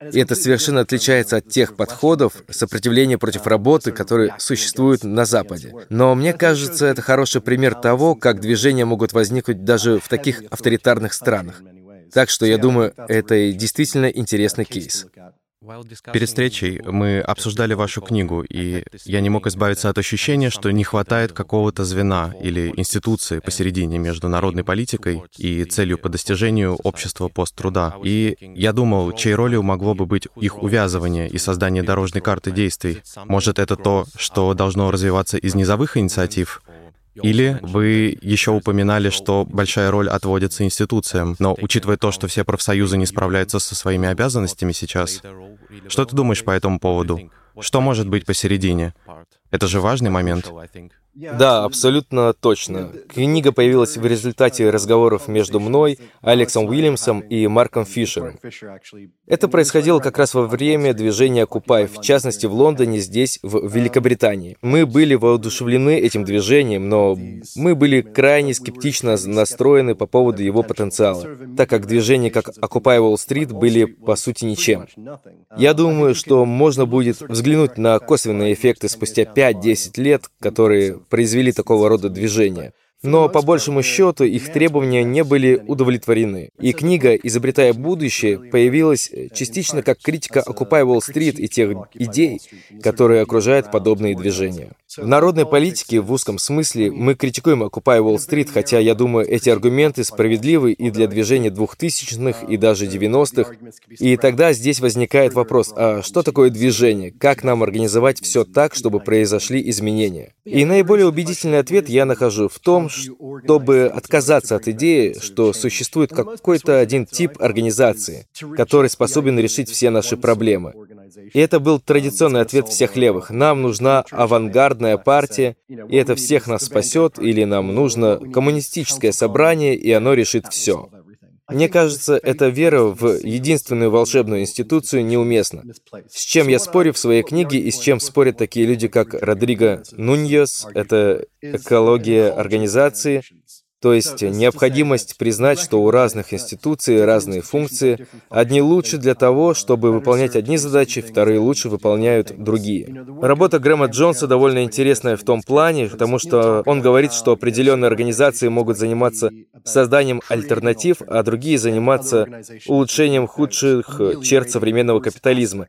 Speaker 4: И это совершенно отличается от тех подходов сопротивления против работы, которые существуют на Западе. Но мне кажется, это хороший пример того, как движения могут возникнуть даже в таких авторитарных странах. Так что я думаю, это действительно интересный кейс.
Speaker 3: Перед встречей мы обсуждали вашу книгу, и я не мог избавиться от ощущения, что не хватает какого-то звена или институции посередине между народной политикой и целью по достижению общества посттруда. И я думал, чьей ролью могло бы быть их увязывание и создание дорожной карты действий. Может, это то, что должно развиваться из низовых инициатив? Или вы еще упоминали, что большая роль отводится институциям, но учитывая то, что все профсоюзы не справляются со своими обязанностями сейчас, что ты думаешь по этому поводу? Что может быть посередине? Это же важный момент.
Speaker 4: Да, абсолютно точно. Книга появилась в результате разговоров между мной, Алексом Уильямсом и Марком Фишером. Это происходило как раз во время движения Occupy, в частности в Лондоне, здесь, в Великобритании. Мы были воодушевлены этим движением, но мы были крайне скептично настроены по поводу его потенциала, так как движения как Occupy Wall Street были, по сути, ничем. Я думаю, что можно будет взглянуть на косвенные эффекты спустя пять-десять лет, которые произвели такого рода движения. Но, по большему счету, их требования не были удовлетворены. И книга «Изобретая будущее» появилась частично как критика Occupy Wall Street и тех идей, которые окружают подобные движения. В народной политике, в узком смысле, мы критикуем Occupy Wall Street, хотя, я думаю, эти аргументы справедливы и для движения двухтысячных и даже девяностых. И тогда здесь возникает вопрос, а что такое движение? Как нам организовать все так, чтобы произошли изменения? И наиболее убедительный ответ я нахожу в том, чтобы отказаться от идеи, что существует какой-то один тип организации, который способен решить все наши проблемы. И это был традиционный ответ всех левых. Нам нужна авангардная партия, и это всех нас спасет, или нам нужно коммунистическое собрание, и оно решит все. Мне кажется, эта вера в единственную волшебную институцию неуместна. С чем я спорю в своей книге и с чем спорят такие люди, как Родриго Нуньес, это экология организации, то есть необходимость признать, что у разных институций разные функции, одни лучше для того, чтобы выполнять одни задачи, вторые лучше выполняют другие. Работа Грэма Джонса довольно интересная в том плане, потому что он говорит, что определенные организации могут заниматься созданием альтернатив, а другие заниматься улучшением худших черт современного капитализма.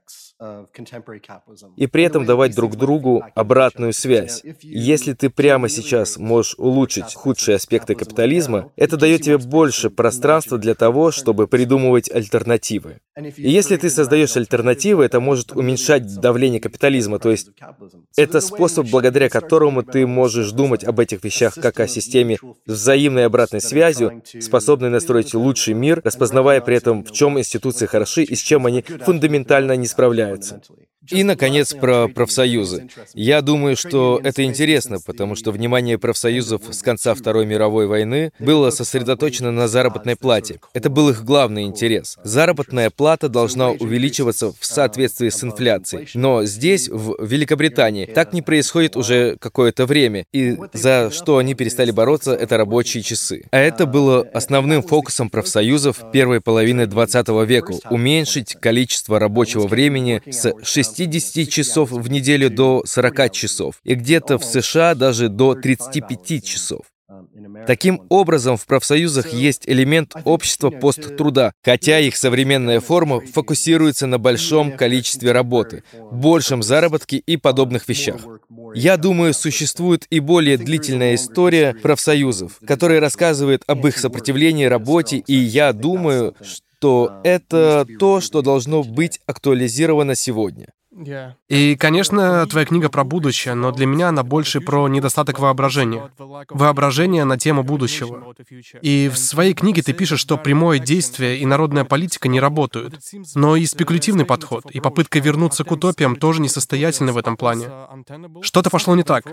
Speaker 4: И при этом давать друг другу обратную связь. Если ты прямо сейчас можешь улучшить худшие аспекты капитализма, это дает тебе больше пространства для того, чтобы придумывать альтернативы. И если ты создаешь альтернативы, это может уменьшать давление капитализма, то есть это способ, благодаря которому ты можешь думать об этих вещах как о системе с взаимной обратной связью, способной настроить лучший мир, распознавая при этом, в чем институции хороши и с чем они фундаментально не справляются. И, наконец, про профсоюзы. Я думаю, что это интересно, потому что внимание профсоюзов с конца Второй мировой войны было сосредоточено на заработной плате. Это был их главный интерес. Заработная плата должна увеличиваться в соответствии с инфляцией. Но здесь, в Великобритании, так не происходит уже какое-то время, и за что они перестали бороться, это рабочие часы. А это было основным фокусом профсоюзов первой половины двадцатого века — уменьшить количество рабочего времени с шестидесяти часов в неделю до сорока часов, и где-то в США даже до тридцати пяти часов. Таким образом, в профсоюзах есть элемент общества посттруда, хотя их современная форма фокусируется на большом количестве работы, большем заработке и подобных вещах. Я думаю, существует и более длительная история профсоюзов, которая рассказывает об их сопротивлении работе, и я думаю, что это то, что должно быть актуализировано сегодня.
Speaker 1: И, конечно, твоя книга про будущее, но для меня она больше про недостаток воображения. Воображение на тему будущего. И в своей книге ты пишешь, что прямое действие и народная политика не работают. Но и спекулятивный подход, и попытка вернуться к утопиям тоже несостоятельны в этом плане. Что-то пошло не так.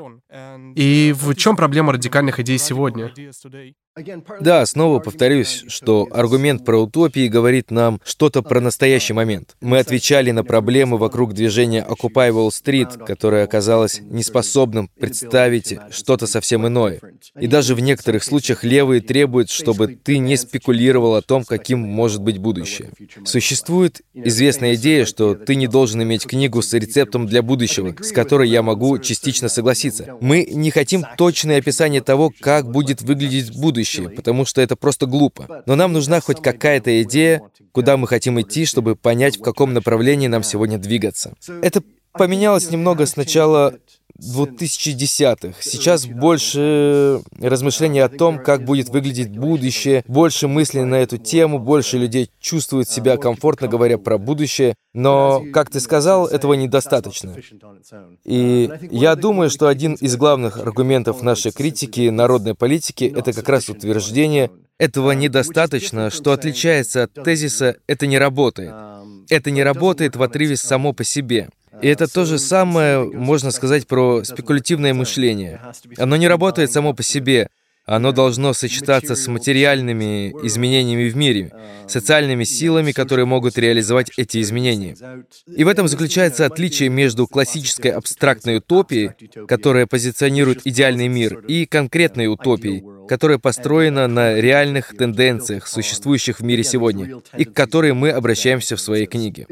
Speaker 1: И в чем проблема радикальных идей сегодня?
Speaker 4: Да, снова повторюсь, что аргумент про утопии говорит нам что-то про настоящий момент. Мы отвечали на проблемы вокруг движения движение Occupy Wall Street, которое оказалось неспособным представить что-то совсем иное. И даже в некоторых случаях левые требуют, чтобы ты не спекулировал о том, каким может быть будущее. Существует известная идея, что ты не должен иметь книгу с рецептом для будущего, с которой я могу частично согласиться. Мы не хотим точное описание того, как будет выглядеть будущее, потому что это просто глупо. Но нам нужна хоть какая-то идея, куда мы хотим идти, чтобы понять, в каком направлении нам сегодня двигаться. Это поменялось немного с начала двухтысячных. Сейчас больше размышлений о том, как будет выглядеть будущее, больше мыслей на эту тему, больше людей чувствуют себя комфортно, говоря про будущее. Но, как ты сказал, этого недостаточно. И я думаю, что один из главных аргументов нашей критики народной политики — это как раз утверждение: этого недостаточно, что отличается от тезиса «это не работает». Это не работает в отрыве само по себе. И это то же самое можно сказать про спекулятивное мышление. Оно не работает само по себе. Оно должно сочетаться с материальными изменениями в мире, социальными силами, которые могут реализовать эти изменения. И в этом заключается отличие между классической абстрактной утопией, которая позиционирует идеальный мир, и конкретной утопией, которая построена на реальных тенденциях, существующих в мире сегодня, и к которой мы обращаемся в своей книге.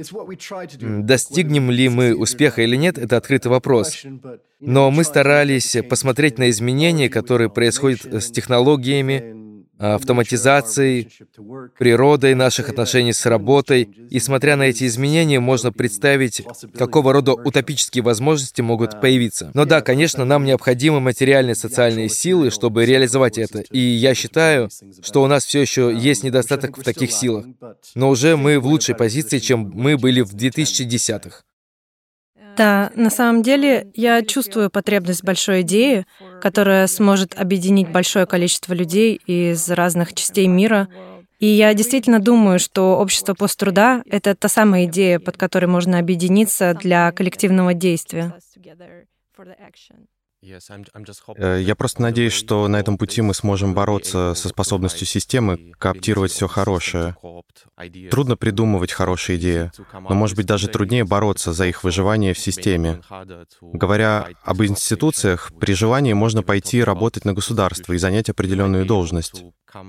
Speaker 4: Достигнем ли мы успеха или нет — это открытый вопрос. Но мы старались посмотреть на изменения, которые происходят с технологиями, автоматизацией, природой наших отношений с работой. И смотря на эти изменения, можно представить, какого рода утопические возможности могут появиться. Но да, конечно, нам необходимы материальные социальные силы, чтобы реализовать это. И я считаю, что у нас все еще есть недостаток в таких силах. Но уже мы в лучшей позиции, чем мы были в двухтысячных.
Speaker 2: Да, на самом деле я чувствую потребность в большой идеи, которая сможет объединить большое количество людей из разных частей мира. И я действительно думаю, что общество посттруда — это та самая идея, под которой можно объединиться для коллективного действия.
Speaker 3: Я просто надеюсь, что на этом пути мы сможем бороться со способностью системы кооптировать все хорошее. Трудно придумывать хорошие идеи, но, может быть, даже труднее бороться за их выживание в системе. Говоря об институциях, при желании можно пойти работать на государство и занять определенную должность.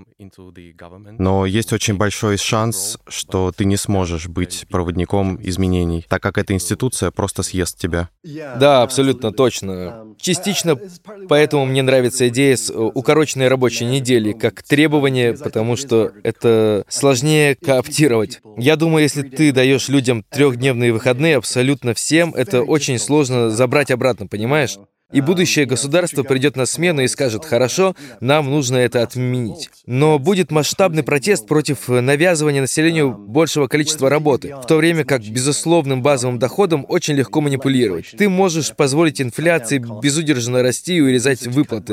Speaker 3: Но есть очень большой шанс, что ты не сможешь быть проводником изменений, так как эта институция просто съест тебя.
Speaker 4: Да, абсолютно точно. Частично поэтому мне нравится идея с укороченной рабочей недели как требование, потому что это сложнее кооптировать. Я думаю, если ты даешь людям трехдневные выходные абсолютно всем, это очень сложно забрать обратно, понимаешь? И будущее государство придет на смену и скажет: хорошо, нам нужно это отменить. Но будет масштабный протест против навязывания населению большего количества работы, в то время как безусловным базовым доходом очень легко манипулировать. Ты можешь позволить инфляции безудержно расти и урезать выплаты.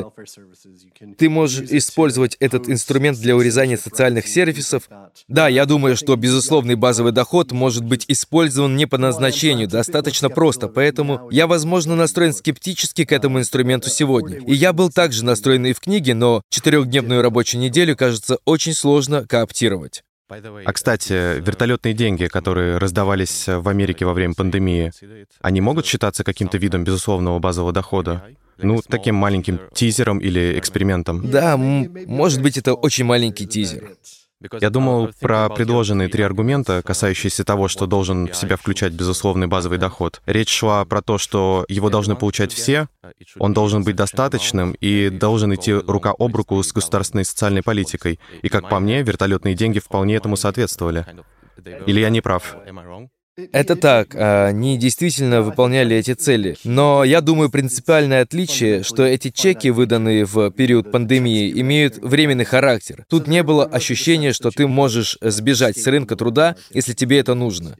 Speaker 4: Ты можешь использовать этот инструмент для урезания социальных сервисов. Да, я думаю, что безусловный базовый доход может быть использован не по назначению, достаточно просто, поэтому я, возможно, настроен скептически к этому инструменту сегодня. И я был также настроен и в книге, но четырехдневную рабочую неделю, кажется, очень сложно кооптировать.
Speaker 3: А, кстати, вертолетные деньги, которые раздавались в Америке во время пандемии, они могут считаться каким-то видом безусловного базового дохода? Ну, таким маленьким тизером или экспериментом?
Speaker 4: Да, м- может быть, это очень маленький тизер.
Speaker 3: Я думал про предложенные три аргумента, касающиеся того, что должен в себя включать безусловный базовый доход. Речь шла про то, что его должны получать все, он должен быть достаточным и должен идти рука об руку с государственной социальной политикой. И, как по мне, вертолетные деньги вполне этому соответствовали. Или я не прав?
Speaker 4: Это так, они действительно выполняли эти цели. Но я думаю, принципиальное отличие, что эти чеки, выданные в период пандемии, имеют временный характер. Тут не было ощущения, что ты можешь сбежать с рынка труда, если тебе это нужно.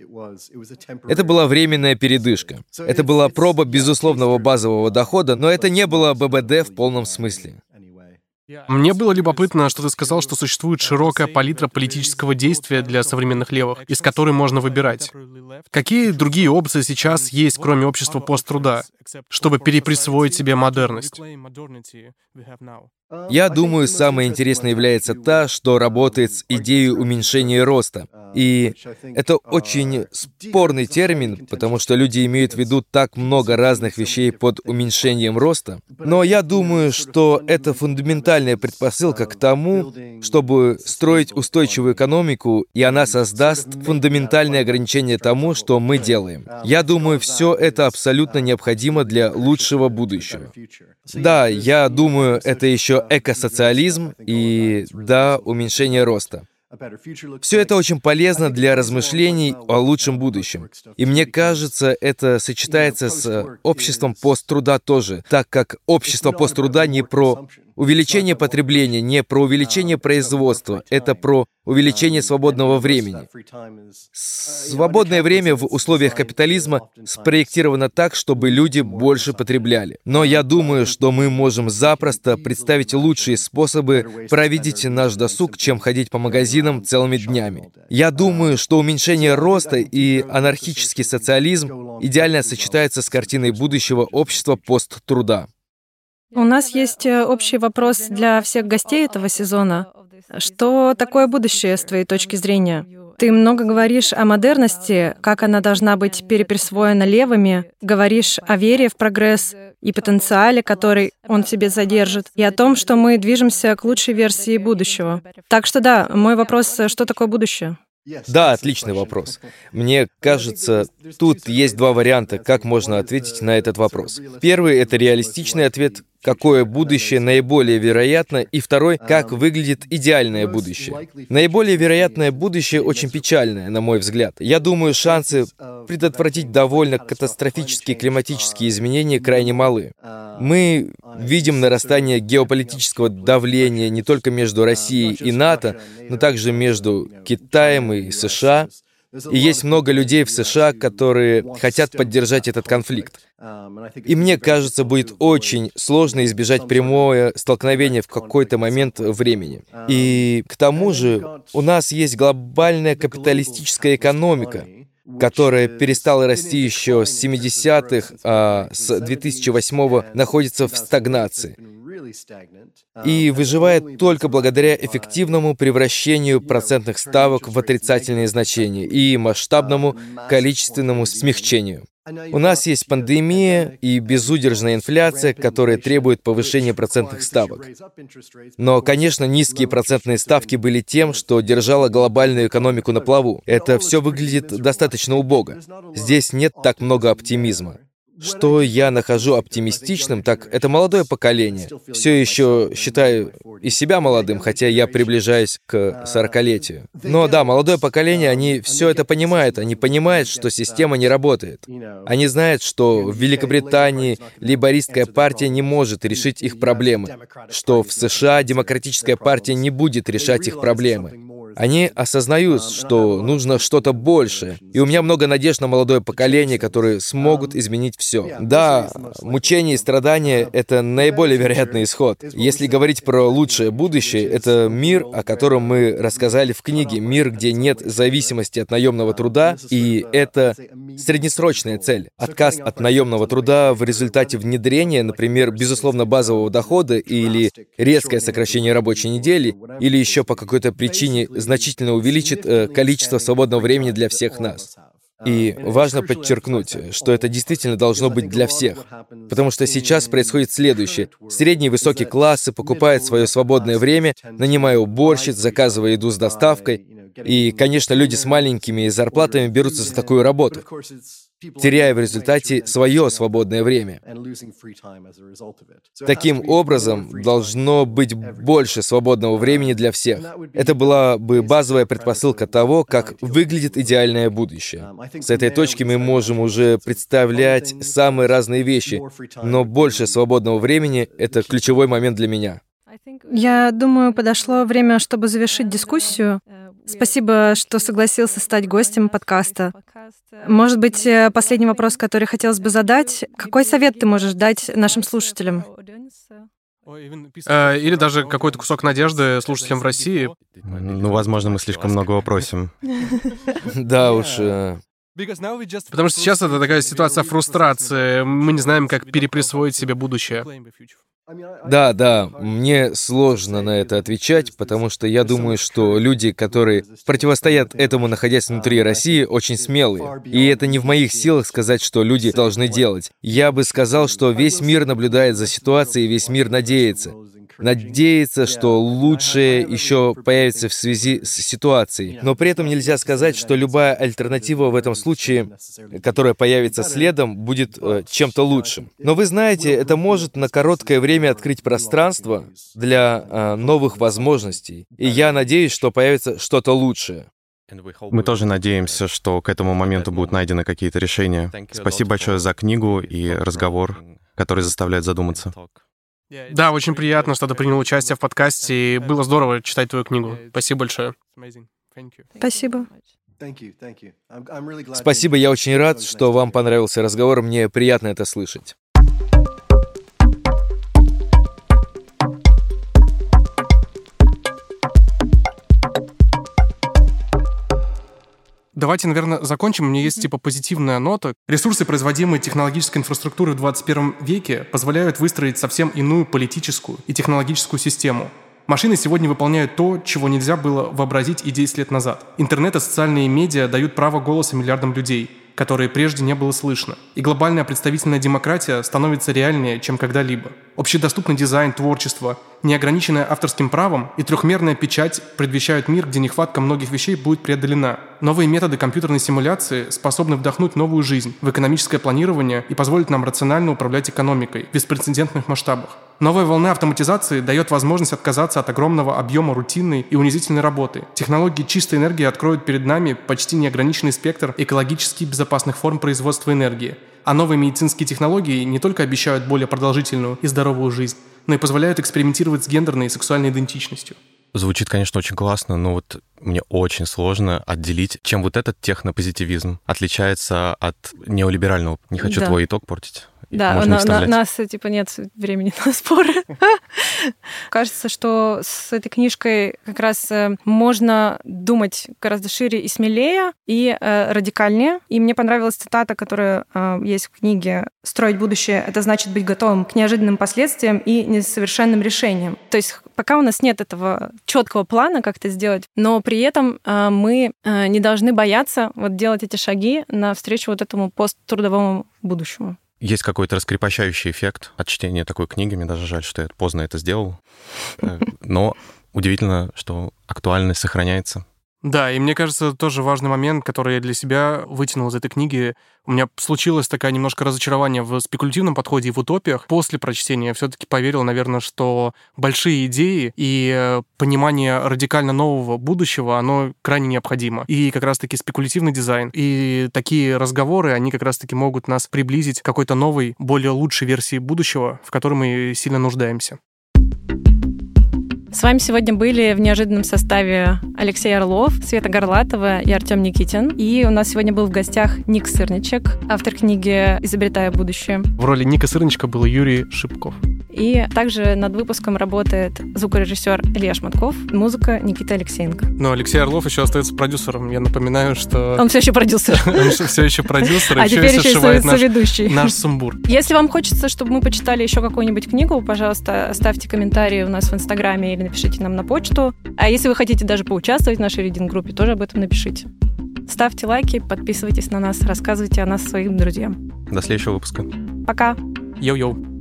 Speaker 4: Это была временная передышка. Это была проба безусловного базового дохода, но это не было бэ бэ дэ в полном смысле.
Speaker 1: Мне было любопытно, что ты сказал, что существует широкая палитра политического действия для современных левых, из которой можно выбирать. Какие другие опции сейчас есть, кроме общества посттруда, чтобы переприсвоить себе модерность?
Speaker 4: Я думаю, самое интересное является та, что работает с идеей уменьшения роста. И это очень спорный термин, потому что люди имеют в виду так много разных вещей под уменьшением роста. Но я думаю, что это фундаментальная предпосылка к тому, чтобы строить устойчивую экономику, и она создаст фундаментальные ограничения тому, что мы делаем. Я думаю, все это абсолютно необходимо для лучшего будущего. Да, я думаю, это еще экосоциализм и, да, уменьшение роста. Все это очень полезно для размышлений о лучшем будущем. И мне кажется, это сочетается с обществом посттруда тоже, так как общество посттруда не про увеличение потребления, не про увеличение производства, это про увеличение свободного времени. Свободное время в условиях капитализма спроектировано так, чтобы люди больше потребляли. Но я думаю, что мы можем запросто представить лучшие способы проводить наш досуг, чем ходить по магазинам целыми днями. Я думаю, что уменьшение роста и анархический социализм идеально сочетаются с картиной будущего общества посттруда.
Speaker 2: У нас есть общий вопрос для всех гостей этого сезона. Что такое будущее с твоей точки зрения? Ты много говоришь о модерности, как она должна быть переприсвоена левыми, говоришь о вере в прогресс и потенциале, который он в себе содержит, и о том, что мы движемся к лучшей версии будущего. Так что да, мой вопрос, что такое будущее?
Speaker 4: Да, отличный вопрос. Мне кажется, тут есть два варианта, как можно ответить на этот вопрос. Первый — это реалистичный ответ, какое будущее наиболее вероятно, и второй — как выглядит идеальное будущее. Наиболее вероятное будущее очень печальное, на мой взгляд. Я думаю, шансы предотвратить довольно катастрофические климатические изменения крайне малы. Мы видим нарастание геополитического давления не только между Россией и НАТО, но также между Китаем и США. И есть много людей в США, которые хотят поддержать этот конфликт. И мне кажется, будет очень сложно избежать прямое столкновение в какой-то момент времени. И к тому же у нас есть глобальная капиталистическая экономика, которая перестала расти еще с семидесятых, а с две тысячи восьмого находится в стагнации и выживает только благодаря эффективному превращению процентных ставок в отрицательные значения и масштабному количественному смягчению. У нас есть пандемия и безудержная инфляция, которая требует повышения процентных ставок. Но, конечно, низкие процентные ставки были тем, что держало глобальную экономику на плаву. Это все выглядит достаточно убого. Здесь нет так много оптимизма. Что я нахожу оптимистичным, так это молодое поколение. Все еще считаю и себя молодым, хотя я приближаюсь к сорокалетию. Но да, молодое поколение, они все это понимают. Они понимают, что система не работает. Они знают, что в Великобритании лейбористская партия не может решить их проблемы, что в США демократическая партия не будет решать их проблемы. Они осознают, что нужно что-то большее. И у меня много надежд на молодое поколение, которые смогут изменить все. Да, мучения и страдания — это наиболее вероятный исход. Если говорить про лучшее будущее, это мир, о котором мы рассказали в книге, мир, где нет зависимости от наемного труда, и это среднесрочная цель. Отказ от наемного труда в результате внедрения, например, безусловно базового дохода или резкое сокращение рабочей недели, или еще по какой-то причине значительно увеличит э, количество свободного времени для всех нас. И важно подчеркнуть, что это действительно должно быть для всех. Потому что сейчас происходит следующее. Средний и высокий классы покупают свое свободное время, нанимая уборщиц, заказывая еду с доставкой. И, конечно, люди с маленькими зарплатами берутся за такую работу, теряя в результате свое свободное время. Таким образом, должно быть больше свободного времени для всех. Это была бы базовая предпосылка того, как выглядит идеальное будущее. С этой точки мы можем уже представлять самые разные вещи, но больше свободного времени — это ключевой момент для меня.
Speaker 2: Я думаю, подошло время, чтобы завершить дискуссию. Спасибо, что согласился стать гостем подкаста. Может быть, последний вопрос, который хотелось бы задать. Какой совет ты можешь дать нашим слушателям?
Speaker 1: Или даже какой-то кусок надежды слушателям в России.
Speaker 3: Ну, возможно, мы слишком многого просим.
Speaker 4: Да уж.
Speaker 1: Потому что сейчас это такая ситуация фрустрации. Мы не знаем, как переприсвоить себе будущее.
Speaker 4: Да, да, мне сложно на это отвечать, потому что я думаю, что люди, которые противостоят этому, находясь внутри России, очень смелые. И это не в моих силах сказать, что люди должны делать. Я бы сказал, что весь мир наблюдает за ситуацией, весь мир надеется. Надеется, что лучшее еще появится в связи с ситуацией. Но при этом нельзя сказать, что любая альтернатива в этом случае, которая появится следом, будет э, чем-то лучшим. Но вы знаете, это может на короткое время открыть пространство для э, новых возможностей. И я надеюсь, что появится что-то лучшее.
Speaker 3: Мы тоже надеемся, что к этому моменту будут найдены какие-то решения. Спасибо большое за книгу и разговор, который заставляет задуматься.
Speaker 1: Да, очень приятно, что ты принял участие в подкасте, и было здорово читать твою книгу. Спасибо большое.
Speaker 2: Спасибо.
Speaker 4: Спасибо, я очень рад, что вам понравился разговор, мне приятно это слышать.
Speaker 1: Давайте, наверное, закончим. У меня есть типа позитивная нота. Ресурсы, производимые технологической инфраструктурой в двадцать первом веке, позволяют выстроить совсем иную политическую и технологическую систему. Машины сегодня выполняют то, чего нельзя было вообразить и десять лет назад. Интернет и социальные медиа дают право голоса миллиардам людей, которые прежде не было слышно. И глобальная представительная демократия становится реальнее, чем когда-либо. Общедоступный дизайн, творчество, неограниченное авторским правом и трехмерная печать предвещают мир, где нехватка многих вещей будет преодолена. Новые методы компьютерной симуляции способны вдохнуть новую жизнь в экономическое планирование и позволить нам рационально управлять экономикой в беспрецедентных масштабах. Новая волна автоматизации дает возможность отказаться от огромного объема рутинной и унизительной работы. Технологии чистой энергии откроют перед нами почти неограниченный спектр экологически безопасных форм производства энергии. А новые медицинские технологии не только обещают более продолжительную и здоровую жизнь, но и позволяют экспериментировать с гендерной и сексуальной идентичностью.
Speaker 3: Звучит, конечно, очень классно, но вот мне очень сложно отделить, чем вот этот технопозитивизм отличается от неолиберального. Не хочу
Speaker 2: Да.
Speaker 3: твой итог портить.
Speaker 2: Да,
Speaker 3: Можно
Speaker 2: у
Speaker 3: вставлять.
Speaker 2: нас типа нет времени на споры. Кажется, что с этой книжкой как раз э, можно думать гораздо шире и смелее, и э, радикальнее. И мне понравилась цитата, которая э, есть в книге «Строить будущее — это значит быть готовым к неожиданным последствиям и несовершенным решениям». То есть пока у нас нет этого четкого плана, как это сделать, но при этом э, мы э, не должны бояться вот делать эти шаги навстречу вот этому посттрудовому будущему.
Speaker 3: Есть какой-то раскрепощающий эффект от чтения такой книги. Мне даже жаль, что я поздно это сделал. Но удивительно, что актуальность сохраняется.
Speaker 1: Да, и мне кажется, тоже важный момент, который я для себя вытянул из этой книги. У меня случилось такое немножко разочарование в спекулятивном подходе и в утопиях. После прочтения я все-таки поверил, наверное, что большие идеи и понимание радикально нового будущего, оно крайне необходимо. И как раз-таки спекулятивный дизайн и такие разговоры, они как раз-таки могут нас приблизить к какой-то новой, более лучшей версии будущего, в которой мы сильно нуждаемся.
Speaker 2: С вами сегодня были в неожиданном составе Алексей Орлов, Света Горлатова и Артем Никитин. И у нас сегодня был в гостях Ник Сырничек, автор книги «Изобретая будущее».
Speaker 1: В роли Ника Сырничка был Юрий Шипков.
Speaker 2: И также над выпуском работает звукорежиссер Илья Шматков, музыка Никита Алексеенко.
Speaker 1: Но Алексей Орлов еще остается продюсером. Я напоминаю, что...
Speaker 2: Он все еще продюсер.
Speaker 1: Он все еще продюсер,
Speaker 2: а теперь еще и
Speaker 1: наш,
Speaker 2: соведущий.
Speaker 1: Наш сумбур.
Speaker 2: Если вам хочется, чтобы мы почитали еще какую-нибудь книгу, пожалуйста, оставьте комментарии у нас в Инстаграме или напишите нам на почту. А если вы хотите даже поучаствовать в нашей ридинг-группе, тоже об этом напишите. Ставьте лайки, подписывайтесь на нас, рассказывайте о нас своим друзьям.
Speaker 3: До следующего выпуска.
Speaker 2: Пока.
Speaker 1: Йоу-йоу.